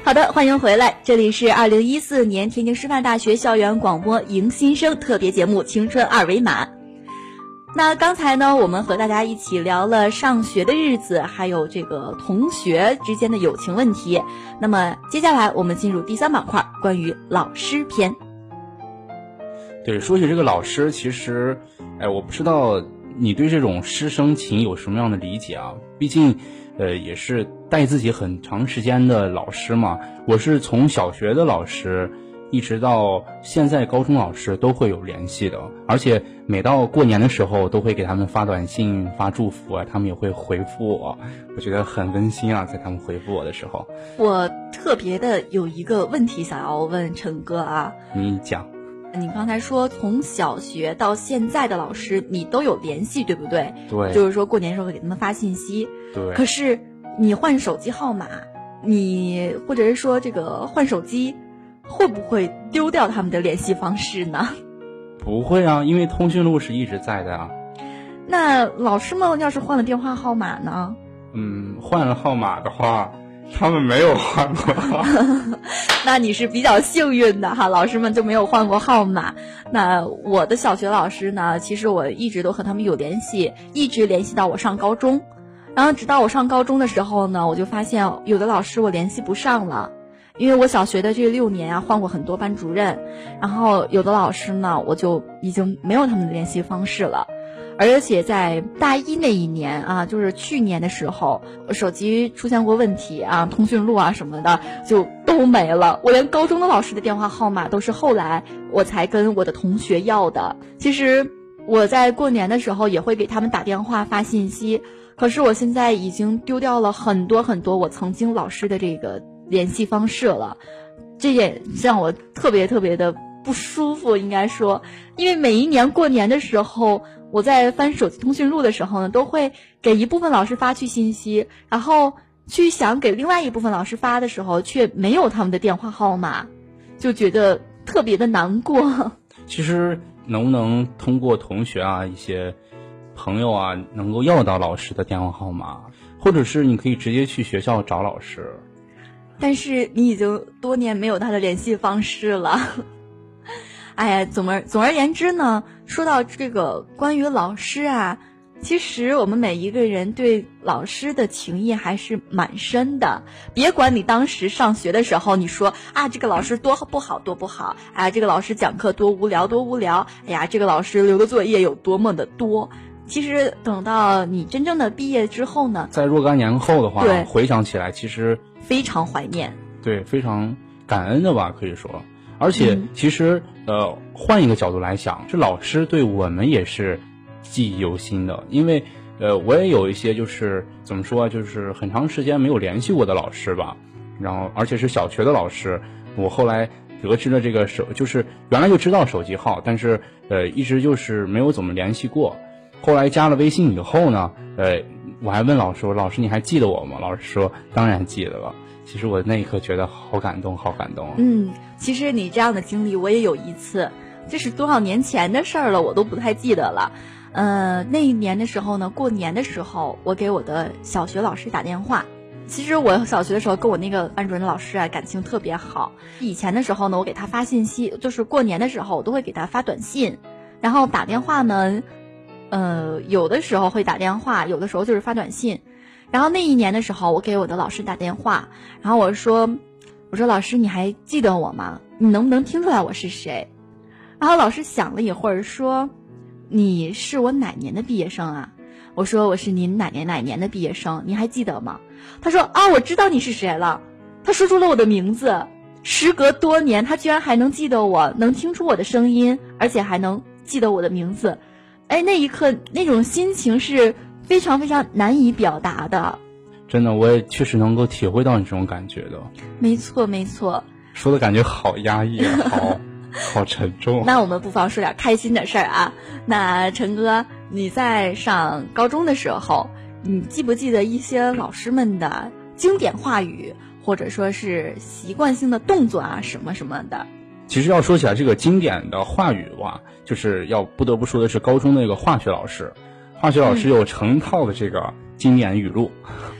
A: 好的，欢迎回来，这里是2014年天津师范大学校园广播迎新生特别节目《青春二维码》。那刚才呢，我们和大家一起聊了上学的日子，还有这个同学之间的友情问题。那么接下来我们进入第3板块，关于老师篇。
B: 对，说起这个老师，其实，我不知道你对这种师生情有什么样的理解啊？毕竟，也是带自己很长时间的老师嘛。我是从小学的老师，一直到现在高中老师都会有联系的，而且每到过年的时候都会给他们发短信发祝福啊，他们也会回复我，我觉得很温馨啊，在他们回复我的时候。
A: 我特别的有一个问题想要问陈哥啊，
B: 你讲。
A: 你刚才说从小学到现在的老师你都有联系，对不对？
B: 对，
A: 就是说过年的时候会给他们发信息。
B: 对，
A: 可是你换手机号码，你或者是说这个换手机会不会丢掉他们的联系方式呢？
B: 不会啊，因为通讯录是一直在的啊。
A: 那老师们要是换了电话号码呢？
B: 换了号码的话，他们没有换过。
A: 那你是比较幸运的哈，老师们就没有换过号码。那我的小学老师呢，其实我一直都和他们有联系，一直联系到我上高中。然后直到我上高中的时候呢，我就发现有的老师我联系不上了。因为我小学的这6年啊，换过很多班主任，然后有的老师呢，我就已经没有他们的联系方式了。而且在大一那一年啊，就是去年的时候，我手机出现过问题啊，通讯录啊什么的就都没了。我连高中的老师的电话号码都是后来我才跟我的同学要的。其实我在过年的时候也会给他们打电话发信息，可是我现在已经丢掉了很多很多我曾经老师的这个联系方式了，这也让我特别特别的不舒服，应该说，因为每一年过年的时候，我在翻手机通讯录的时候呢，都会给一部分老师发去信息，然后去想给另外一部分老师发的时候，却没有他们的电话号码，就觉得特别的难过。
B: 其实能不能通过同学啊、一些朋友啊，能够要到老师的电话号码，或者是你可以直接去学校找老师。
A: 但是你已经多年没有他的联系方式了。哎呀，总而言之呢，说到这个关于老师啊，其实我们每一个人对老师的情谊还是蛮深的。别管你当时上学的时候你说啊，这个老师多不好多不好，哎，这个老师讲课多无聊多无聊，哎呀，这个老师留的作业有多么的多。其实等到你真正的毕业之后呢，
B: 在若干年后的话，回想起来其实
A: 非常怀念，
B: 对，非常感恩的吧，可以说。而且其实换一个角度来想，这老师对我们也是记忆犹新的，因为我也有一些就是怎么说，就是很长时间没有联系过的老师吧，然后而且是小学的老师，我后来得知了这个就是原来就知道手机号，但是一直就是没有怎么联系过。后来加了微信以后呢，我还问老师，老师你还记得我吗？老师说当然记得了。其实我那一刻觉得好感动，好感动啊。
A: 其实你这样的经历我也有一次，这是多少年前的事儿了，我都不太记得了。那一年的时候呢，过年的时候，我给我的小学老师打电话。其实我小学的时候跟我那个班主任老师啊感情特别好。以前的时候呢，我给他发信息，就是过年的时候我都会给他发短信，然后打电话呢，有的时候会打电话，有的时候就是发短信。然后那一年的时候，我给我的老师打电话，然后我说老师，你还记得我吗？你能不能听出来我是谁？然后老师想了一会儿说，你是我哪年的毕业生啊？我说我是您哪年的毕业生，你还记得吗？他说啊，我知道你是谁了。他说出了我的名字，时隔多年，他居然还能记得我，能听出我的声音，而且还能记得我的名字。哎，那一刻那种心情是非常非常难以表达的。
B: 真的，我也确实能够体会到你这种感觉的。
A: 没错，
B: 说的感觉好压抑啊，好沉重。
A: 那我们不妨说点开心的事儿啊。那陈哥，你在上高中的时候，你记不记得一些老师们的经典话语，或者说是习惯性的动作啊，什么什么的？
B: 其实要说起来这个经典的话语的话，就是要不得不说的是高中那个化学老师。化学老师有成套的这个经典语录。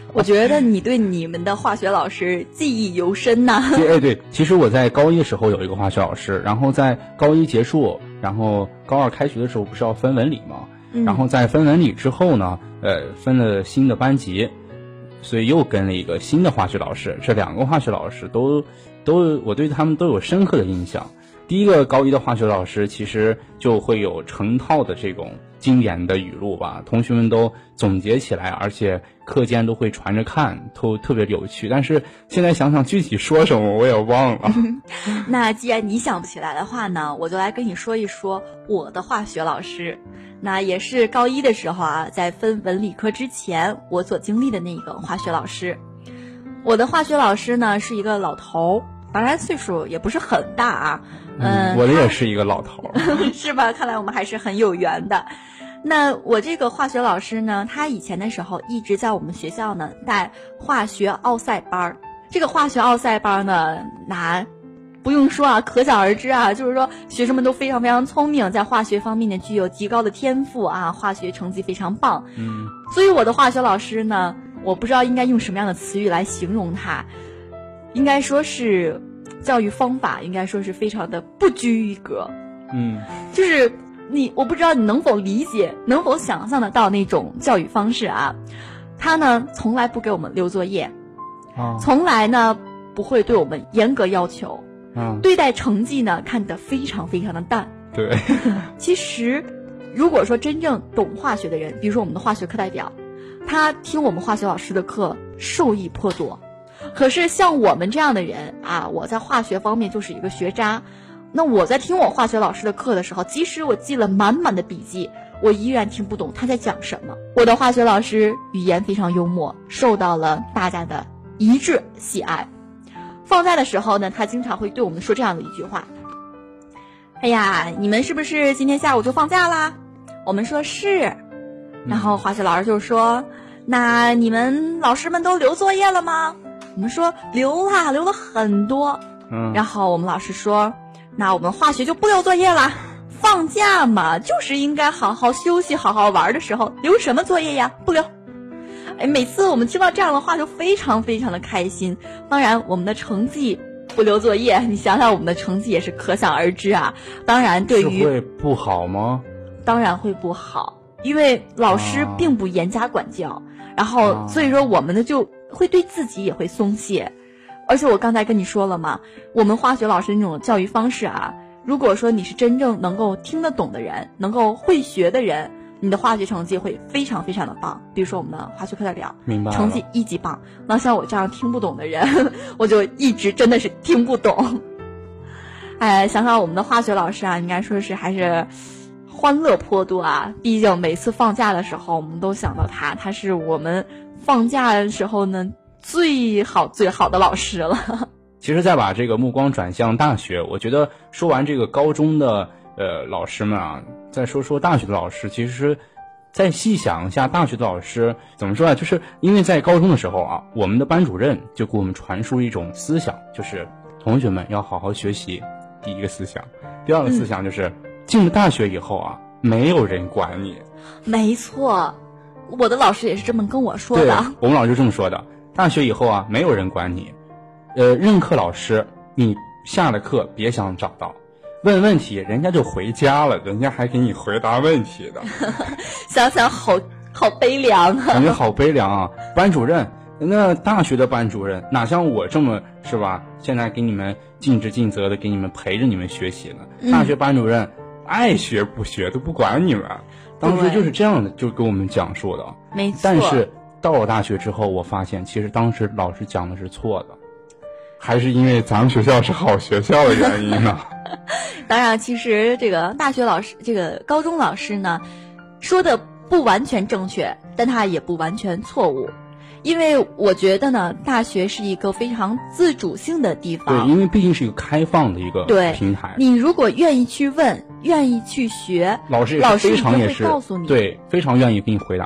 A: 我觉得你对你们的化学老师记忆犹深呐。
B: 对，其实我在高一的时候有一个化学老师，然后在高一结束，然后高二开学的时候不是要分文理吗？然后在分文理之后呢，分了新的班级，所以又跟了一个新的化学老师。这2个化学老师都我对他们都有深刻的印象。第一个高一的化学老师其实就会有成套的这种经典的语录吧，同学们都总结起来，而且课间都会传着看，都特别有趣。但是现在想想具体说什么我也忘了。
A: 那既然你想不起来的话呢，我就来跟你说一说我的化学老师。那也是高一的时候啊，在分文理科之前我所经历的那个化学老师。我的化学老师呢是一个老头，当然岁数也不是很大啊。
B: 我的也是一个老头。
A: 是吧？看来我们还是很有缘的。那我这个化学老师呢，他以前的时候一直在我们学校呢带化学奥赛班。这个化学奥赛班呢，那不用说啊，可想而知啊，就是说学生们都非常非常聪明，在化学方面呢具有极高的天赋啊，化学成绩非常棒。所以我的化学老师呢，我不知道应该用什么样的词语来形容他，应该说是教育方法应该说是非常的不拘一格。就是我不知道你能否理解，能否想象得到那种教育方式啊。他呢从来不给我们留作业，从来呢不会对我们严格要求，对待成绩呢看得非常非常的淡。
B: 对。
A: 其实如果说真正懂化学的人，比如说我们的化学课代表，他听我们化学老师的课受益颇多。可是像我们这样的人啊，我在化学方面就是一个学渣，那我在听我化学老师的课的时候，即使我记了满满的笔记，我依然听不懂他在讲什么。我的化学老师语言非常幽默，受到了大家的一致喜爱。放假的时候呢，他经常会对我们说这样的一句话：哎呀，你们是不是今天下午就放假啦？我们说是。然后化学老师就说：那你们老师们都留作业了吗？我们说留啦，留了很多。然后我们老师说：那我们化学就不留作业啦，放假嘛，就是应该好好休息好好玩的时候，留什么作业呀？不留。每次我们听到这样的话就非常非常的开心。当然我们的成绩不留作业，你想想我们的成绩也是可想而知啊。当然对于
B: 是会不好吗？
A: 当然会不好，因为老师并不严加管教，然后所以说我们呢就会对自己也会松懈。而且我刚才跟你说了嘛，我们化学老师那种教育方式啊，如果说你是真正能够听得懂的人，能够会学的人，你的化学成绩会非常非常的棒。比如说我们的化学课代表，
B: 明白了，
A: 成绩1级棒。那像我这样听不懂的人，我就一直真的是听不懂。想想我们的化学老师啊，应该说是还是欢乐颇多啊。毕竟每次放假的时候，我们都想到他是我们放假的时候呢最好最好的老师了。
B: 其实再把这个目光转向大学，我觉得说完这个高中的老师们啊，再说说大学的老师。其实再细想一下大学的老师怎么说啊，就是因为在高中的时候啊，我们的班主任就给我们传输一种思想，就是同学们要好好学习，第一个思想。第二个思想就是进了大学以后啊，没有人管你。
A: 没错，我的老师也是这么跟我说的。
B: 对，我们老师这么说的，大学以后啊，没有人管你。任课老师你下了课别想找到，问问题人家就回家了，人家还给你回答问题的。
A: 想想好悲凉啊，
B: 感觉好悲凉啊。班主任，那大学的班主任哪像我这么是吧，现在给你们尽职尽责的给你们陪着你们学习呢。大学班主任爱学不学都不管你们。当时就是这样的就给我们讲述的。
A: 没错。
B: 但是到了大学之后，我发现其实当时老师讲的是错的，还是因为咱们学校是好学校的原因呢。
A: 当然其实这个大学老师这个高中老师呢说的不完全正确，但他也不完全错误。因为我觉得呢，大学是一个非常自主性的地方。
B: 对，因为毕竟是一个开放的一个平台。
A: 你如果愿意去问，愿意去学，
B: 老师也非常
A: 会告诉你，
B: 对，非常愿意给你回答的。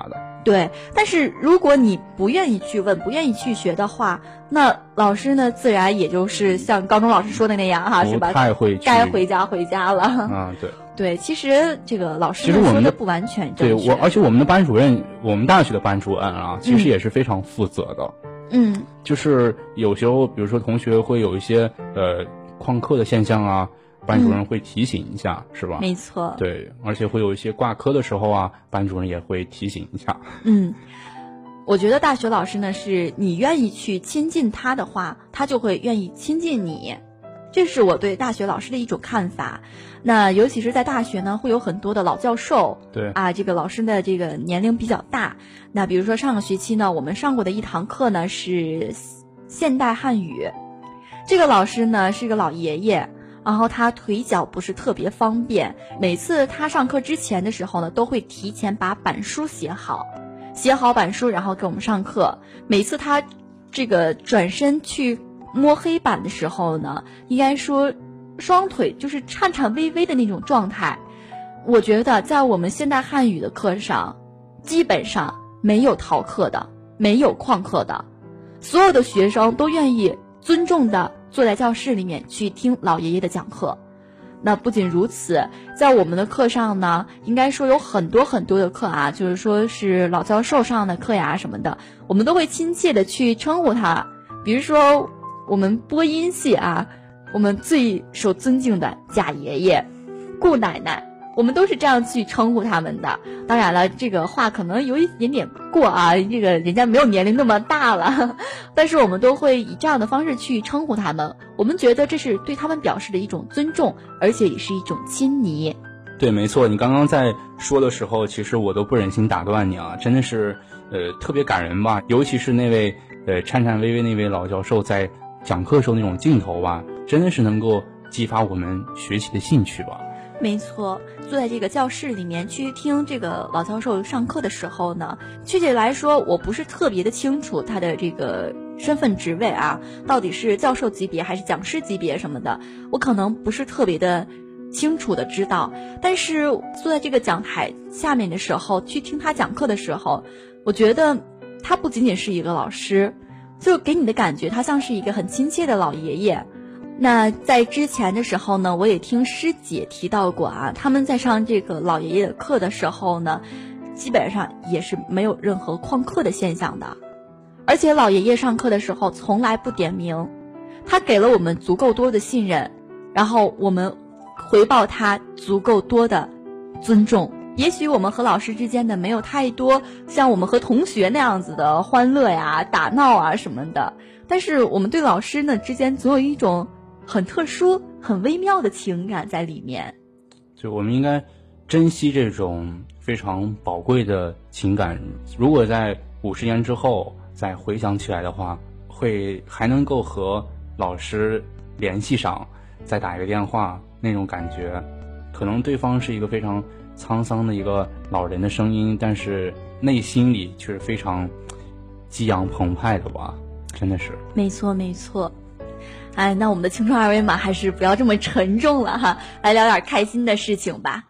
A: 对，但是如果你不愿意去问，不愿意去学的话，那老师呢，自然也就是像高中老师说的那样哈，是吧？
B: 不太会去，
A: 该回家回家了。
B: 啊，对。
A: 对，其实这个老师
B: 其实我们
A: 说的不完全正确。
B: 对，而且我们的班主任，我们大学的班主任啊，其实也是非常负责的。
A: 嗯，
B: 就是有时候，比如说同学会有一些旷课的现象啊，班主任会提醒一下，是吧？
A: 没错。
B: 对，而且会有一些挂科的时候啊，班主任也会提醒一下。
A: 嗯，我觉得大学老师呢，是你愿意去亲近他的话，他就会愿意亲近你。这是我对大学老师的一种看法。那尤其是在大学呢，会有很多的老教授，
B: 对
A: 啊，这个老师的这个年龄比较大。那比如说上个学期呢，我们上过的一堂课呢是现代汉语，这个老师呢是个老爷爷，然后他腿脚不是特别方便，每次他上课之前的时候呢，都会提前把板书写好板书，然后给我们上课。每次他这个转身去摸黑板的时候呢，应该说双腿就是颤颤巍巍的那种状态。我觉得在我们现代汉语的课上，基本上没有逃课的，没有旷课的，所有的学生都愿意尊重的坐在教室里面去听老爷爷的讲课。那不仅如此，在我们的课上呢，应该说有很多很多的课啊，就是说是老教授上的课呀什么的，我们都会亲切的去称呼他。比如说我们播音系啊，我们最受尊敬的贾爷爷、顾奶奶，我们都是这样去称呼他们的。当然了，这个话可能有一点点过啊，这个人家没有年龄那么大了，但是我们都会以这样的方式去称呼他们。我们觉得这是对他们表示的一种尊重，而且也是一种亲昵。
B: 对，没错，你刚刚在说的时候，其实我都不忍心打断你啊，真的是特别感人吧。尤其是那位颤颤巍巍那位老教授在讲课时候那种镜头吧，真的是能够激发我们学习的兴趣吧。
A: 没错，坐在这个教室里面去听这个老教授上课的时候呢，确切来说，我不是特别的清楚他的这个身份职位啊，到底是教授级别还是讲师级别什么的，我可能不是特别的清楚的知道。但是坐在这个讲台下面的时候，去听他讲课的时候，我觉得他不仅仅是一个老师，就给你的感觉他像是一个很亲切的老爷爷。那在之前的时候呢，我也听师姐提到过啊，他们在上这个老爷爷的课的时候呢，基本上也是没有任何旷课的现象的。而且老爷爷上课的时候从来不点名，他给了我们足够多的信任，然后我们回报他足够多的尊重。也许我们和老师之间的没有太多像我们和同学那样子的欢乐呀、打闹啊什么的，但是我们对老师呢之间总有一种很特殊、很微妙的情感在里面。
B: 就我们应该珍惜这种非常宝贵的情感。如果在50年之后再回想起来的话，还能够和老师联系上，再打一个电话，那种感觉，可能对方是一个非常沧桑的一个老人的声音，但是内心里却是非常激昂澎湃的吧，真的是。
A: 没错没错。哎，那我们的青春二维码还是不要这么沉重了哈，来聊点开心的事情吧。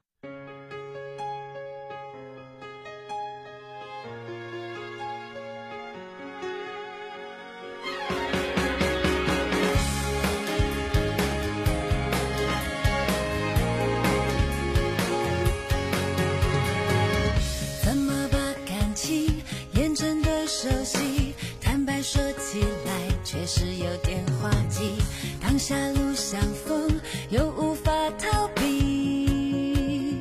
C: 怎么把感情验证的熟悉，坦白说起来确实有点滑稽，当下路相逢又无法逃避，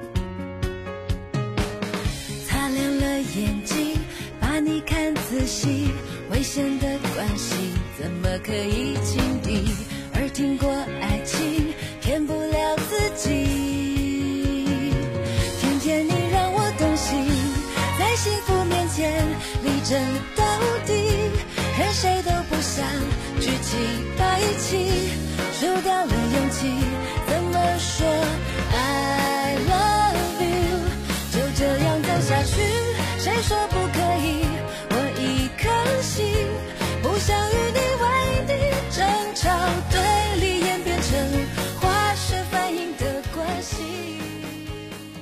C: 擦亮了眼睛把你看仔细，危险的关系怎么可以轻敌，而听过爱情骗不了自己，听见你让我动心，在幸福面前力争到底，任谁都不想举起白旗，输掉了勇气怎么说 I love you， 就这样走下去，谁说不可以，我一颗心不想与你为敌争吵，对立演变成化学反应的关系。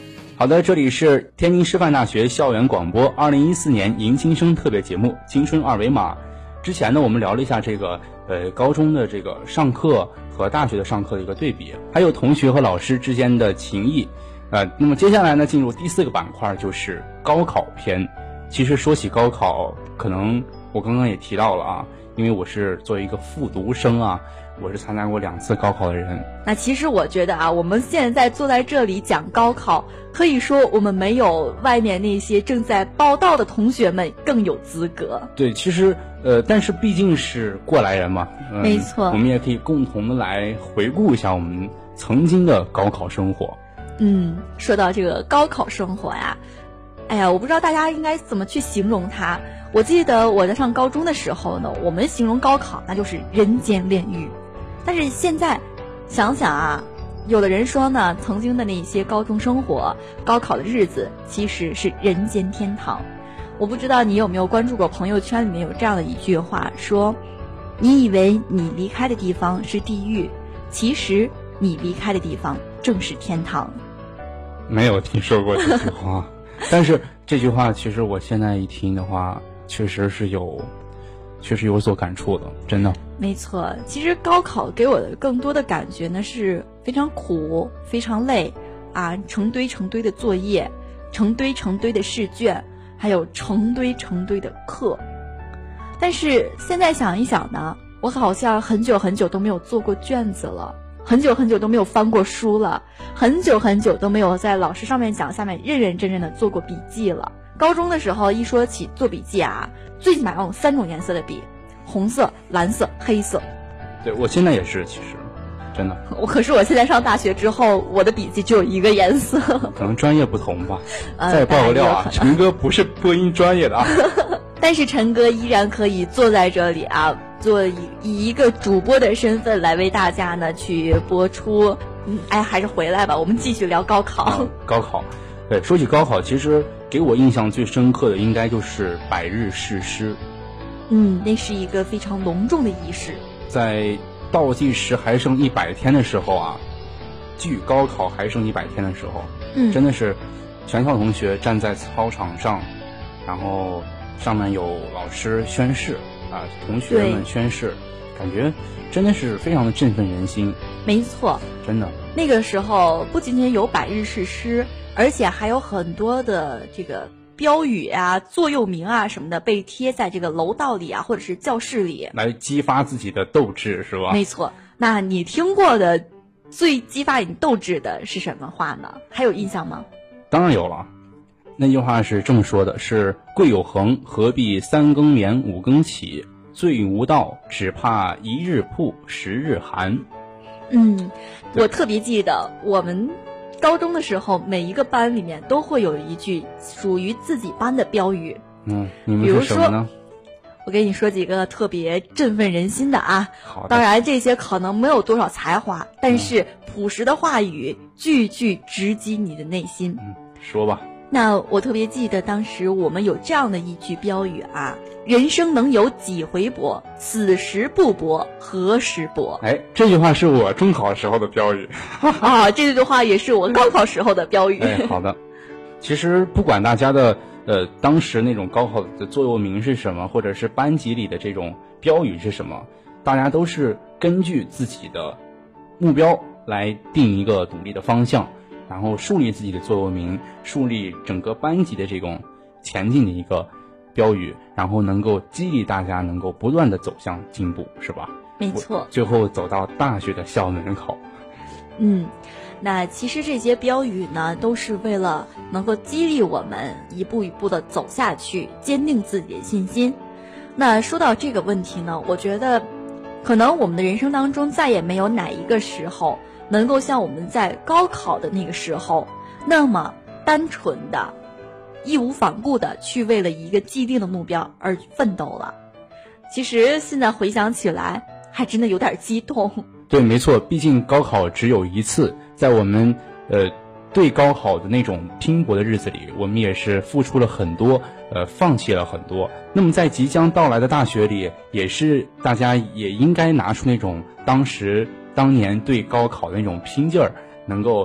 B: 好的，这里是天津师范大学校园广播2014年迎新生特别节目《青春二维码》。之前呢，我们聊了一下这个高中的这个上课和大学的上课的一个对比，还有同学和老师之间的情谊。那么接下来呢，进入第4个板块，就是高考篇。其实说起高考，可能我刚刚也提到了啊，因为我是作为一个复读生啊，我是参加过2次高考的人。
A: 那其实我觉得啊，我们现在坐在这里讲高考，可以说我们没有外面那些正在报到的同学们更有资格。
B: 对，其实但是毕竟是过来人嘛，
A: 没错，
B: 我们也可以共同的来回顾一下我们曾经的高考生活。
A: 说到这个高考生活呀，哎呀，我不知道大家应该怎么去形容它。我记得我在上高中的时候呢，我们形容高考那就是人间炼狱。但是现在想想啊，有的人说呢，曾经的那些高中生活、高考的日子其实是人间天堂。我不知道你有没有关注过朋友圈里面有这样的一句话，说你以为你离开的地方是地狱，其实你离开的地方正是天堂。
B: 没有听说过这句话但是这句话其实我现在一听的话，确实有所感触的，真的。
A: 没错，其实高考给我的更多的感觉呢是非常苦、非常累啊，成堆成堆的作业，成堆成堆的试卷，还有成堆成堆的课。但是现在想一想呢，我好像很久很久都没有做过卷子了，很久很久都没有翻过书了，很久很久都没有在老师上面讲下面认认真真的做过笔记了。高中的时候一说起做笔记啊，最起码要用3种颜色的笔，红色、蓝色、黑色。
B: 对，我现在也是，其实真的。
A: 可是我现在上大学之后，我的笔记只有1个颜色。
B: 可能专业不同吧。再爆个料啊，陈哥不是播音专业的啊。
A: 但是陈哥依然可以坐在这里啊，以一个主播的身份来为大家呢去播出。还是回来吧，我们继续聊高考。
B: 高考，对，说起高考，其实给我印象最深刻的应该就是百日誓师。
A: 那是一个非常隆重的仪式。
B: 在倒计时还剩100天的时候啊，距高考还剩100天的时候，真的是全校同学站在操场上，然后上面有老师宣誓啊，同学们宣誓，感觉真的是非常的振奋人心。
A: 没错，
B: 真的。
A: 那个时候不仅仅有百日誓师，而且还有很多的这个标语啊、座右铭啊什么的被贴在这个楼道里啊，或者是教室里，
B: 来激发自己的斗志，是吧？
A: 没错。那你听过的最激发你斗志的是什么话呢？还有印象吗？
B: 当然有了。那句话是这么说的，是贵有恒，何必3更眠5更起，罪无道，只怕1日曝10日寒。
A: 我特别记得我们高中的时候，每一个班里面都会有一句属于自己班的标语。
B: 你们是什么呢？
A: 我给你说几个特别振奋人心的啊。
B: 好的。
A: 当然这些可能没有多少才华，但是朴实的话语，句句直击你的内心。
B: 说吧。
A: 那我特别记得当时我们有这样的一句标语啊，人生能有几回搏，此时不搏何时搏。
B: 这句话是我中考时候的标语
A: 这句话也是我高考时候的标语。
B: 好的。其实不管大家的当时那种高考的座右铭是什么，或者是班级里的这种标语是什么，大家都是根据自己的目标来定一个努力的方向，然后树立自己的座右铭，树立整个班级的这种前进的一个标语，然后能够激励大家能够不断的走向进步，是吧？
A: 没错。
B: 最后走到大学的校门口。
A: 那其实这些标语呢，都是为了能够激励我们一步一步的走下去，坚定自己的信心。那说到这个问题呢，我觉得可能我们的人生当中再也没有哪一个时候能够像我们在高考的那个时候那么单纯的义无反顾的去为了一个既定的目标而奋斗了。其实现在回想起来还真的有点激动。
B: 对，没错，毕竟高考只有一次，在我们对高考的那种拼搏的日子里，我们也是付出了很多，放弃了很多。那么在即将到来的大学里，也是大家也应该拿出那种当年对高考的那种拼劲儿，能够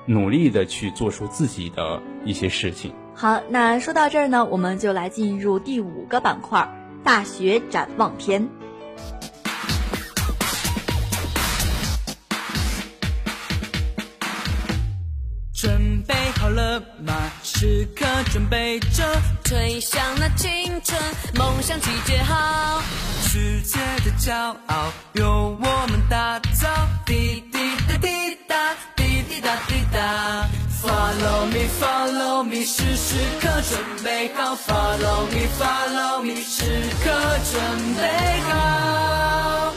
B: 努力的去做出自己的一些事情。
A: 好，那说到这儿呢，我们就来进入第5个板块，大学展望篇。
D: 准备好了吗？时刻准备着，
C: 推向那青春，梦想集结好，
D: 世界的骄傲由我们打造。滴滴答滴答，滴滴答滴答。Follow me, follow me， 时刻准备好。Follow me, follow me， 时刻准备好。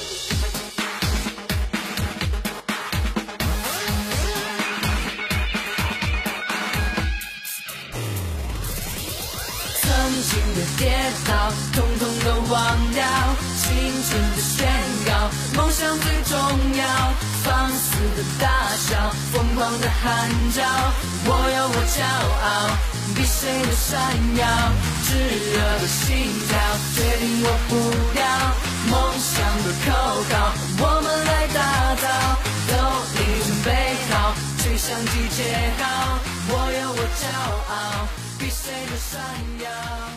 D: 曾经的跌倒，统统都忘掉，青春的宣告，梦想最重要。放肆的大笑，疯狂的喊叫，我有我骄傲，比谁都闪耀。炙热的心跳，决定我步调，梦想的口号，我们来打造。都已准备好，吹响集结号，我有我骄傲，比谁都闪耀。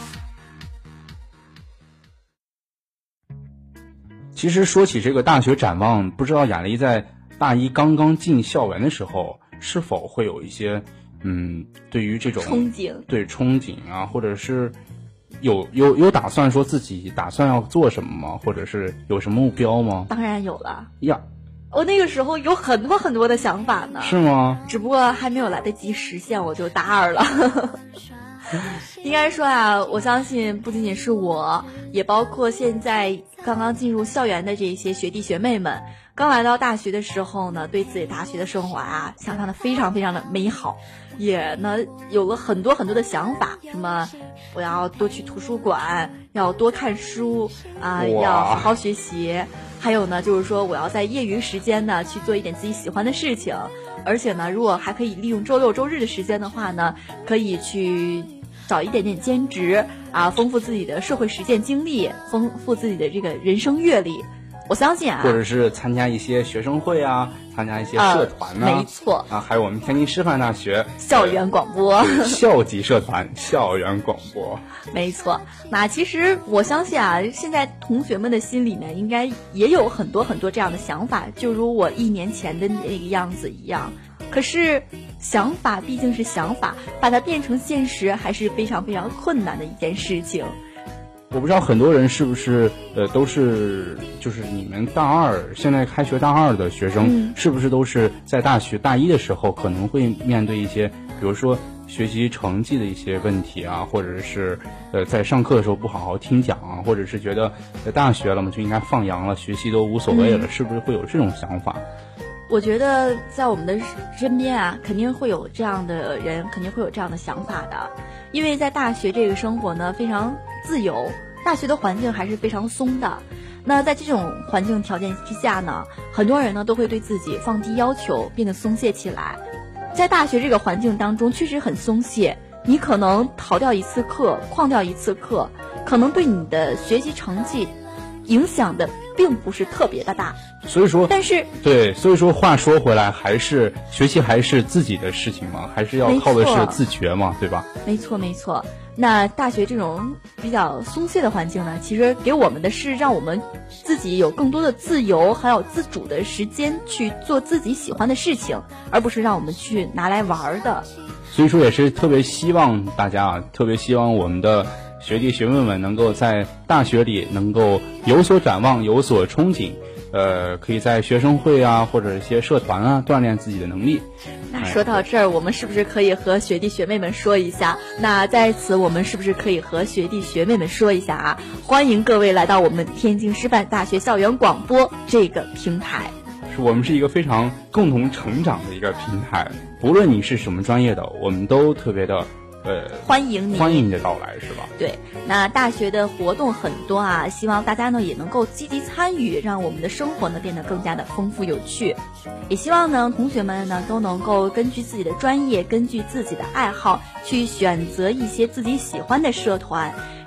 B: 其实说起这个大学展望，不知道雅丽在大一刚刚进校园的时候，是否会有一些对于这种
A: 憧憬，
B: 对憧憬啊，或者是有打算说自己打算要做什么吗？或者是有什么目标吗？
A: 当然有了
B: 呀，
A: 我那个时候有很多很多的想法呢。
B: 是吗？
A: 只不过还没有来得及实现，我就大2了。应该说啊，我相信不仅仅是我，也包括现在刚刚进入校园的这些学弟学妹们，刚来到大学的时候呢，对自己大学的生活啊，想象的非常非常的美好，也呢有了很多很多的想法，什么我要多去图书馆，要多看书啊，要好好学习，还有呢就是说我要在业余时间呢去做一点自己喜欢的事情，而且呢如果还可以利用周六周日的时间的话呢，可以去找一点点兼职啊，丰富自己的社会实践经历，丰富自己的这个人生阅历。我相信啊，
B: 或者是参加一些学生会啊，参加一些社团啊，
A: 没错
B: 啊，还有我们天津师范大学
A: 校园广播、
B: 校级社团、校园广播，
A: 没错。那其实我相信啊，现在同学们的心里面应该也有很多很多这样的想法，就如我1年前的那个样子一样。可是想法毕竟是想法，把它变成现实还是非常非常困难的一件事情。
B: 我不知道很多人是不是都是就是你们大2现在开学大2的学生，是不是都是在大学大1的时候可能会面对一些比如说学习成绩的一些问题啊，或者是在上课的时候不好好听讲啊，或者是觉得在大学了嘛就应该放羊了，学习都无所谓了，是不是会有这种想法？
A: 我觉得在我们的身边啊，肯定会有这样的人，肯定会有这样的想法的。因为在大学这个生活呢非常自由，大学的环境还是非常松的。那在这种环境条件之下呢，很多人呢都会对自己放低要求，变得松懈起来。在大学这个环境当中确实很松懈，你可能逃掉一次课，旷掉一次课，可能对你的学习成绩影响的并不是特别的大。
B: 所以说，
A: 但是
B: 对，所以说话说回来，还是学习还是自己的事情嘛，还是要靠的是自觉嘛，对吧？
A: 没错没错。那大学这种比较松懈的环境呢，其实给我们的是让我们自己有更多的自由还有自主的时间去做自己喜欢的事情，而不是让我们去拿来玩的。
B: 所以说也是特别希望大家啊，特别希望我们的学弟学妹们能够在大学里能够有所展望，有所憧憬，可以在学生会啊或者一些社团啊锻炼自己的能力。
A: 那说到这儿，我们是不是可以和学弟学妹们说一下？那在此我们是不是可以和学弟学妹们说一下啊？欢迎各位来到我们天津师范大学校园广播这个平台。
B: 我们是一个非常共同成长的一个平台，不论你是什么专业的，我们都特别的欢迎你的到来，是吧？
A: 对，那大学的活动很多啊，希望大家呢也能够积极参与，让我们的生活呢变得更加的丰富有趣。也希望呢同学们呢都能够根据自己的专业，根据自己的爱好去选择一些自己喜欢的社团，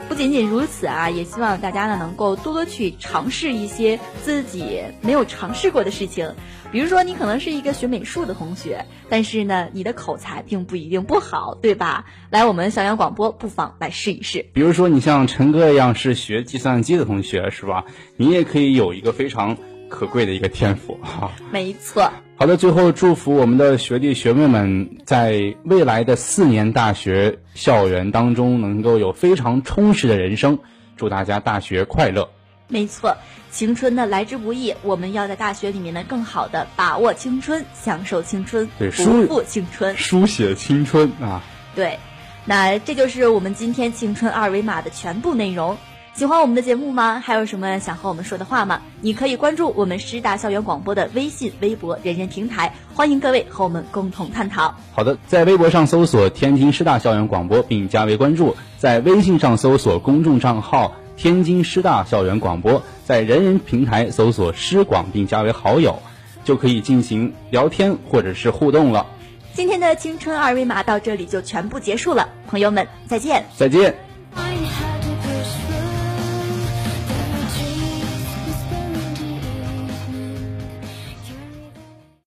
A: 不仅仅如此啊，也希望大家呢能够多多去尝试一些自己没有尝试过的事情。比如说你可能是一个学美术的同学，但是呢你的口才并不一定不好，对吧？来我们校园广播不妨来试一试。
B: 比如说你像陈哥一样是学计算机的同学，是吧？你也可以有一个非常可贵的一个天赋哈。
A: 没错。
B: 好的，最后祝福我们的学弟学妹们在未来的4年大学校园当中能够有非常充实的人生，祝大家大学快乐。
A: 没错，青春呢来之不易，我们要在大学里面呢更好的把握青春，享受青春，
B: 对，
A: 不负青春，
B: 书写青春啊。
A: 对，那这就是我们今天青春二维码的全部内容。喜欢我们的节目吗？还有什么想和我们说的话吗？你可以关注我们师大校园广播的微信、微博、人人平台，欢迎各位和我们共同探讨。
B: 好的，在微博上搜索天津师大校园广播并加为关注，在微信上搜索公众账号天津师大校园广播，在人人平台搜索师广并加为好友，就可以进行聊天或者是互动了。
A: 今天的青春二维码到这里就全部结束了，朋友们再见。
B: 再见。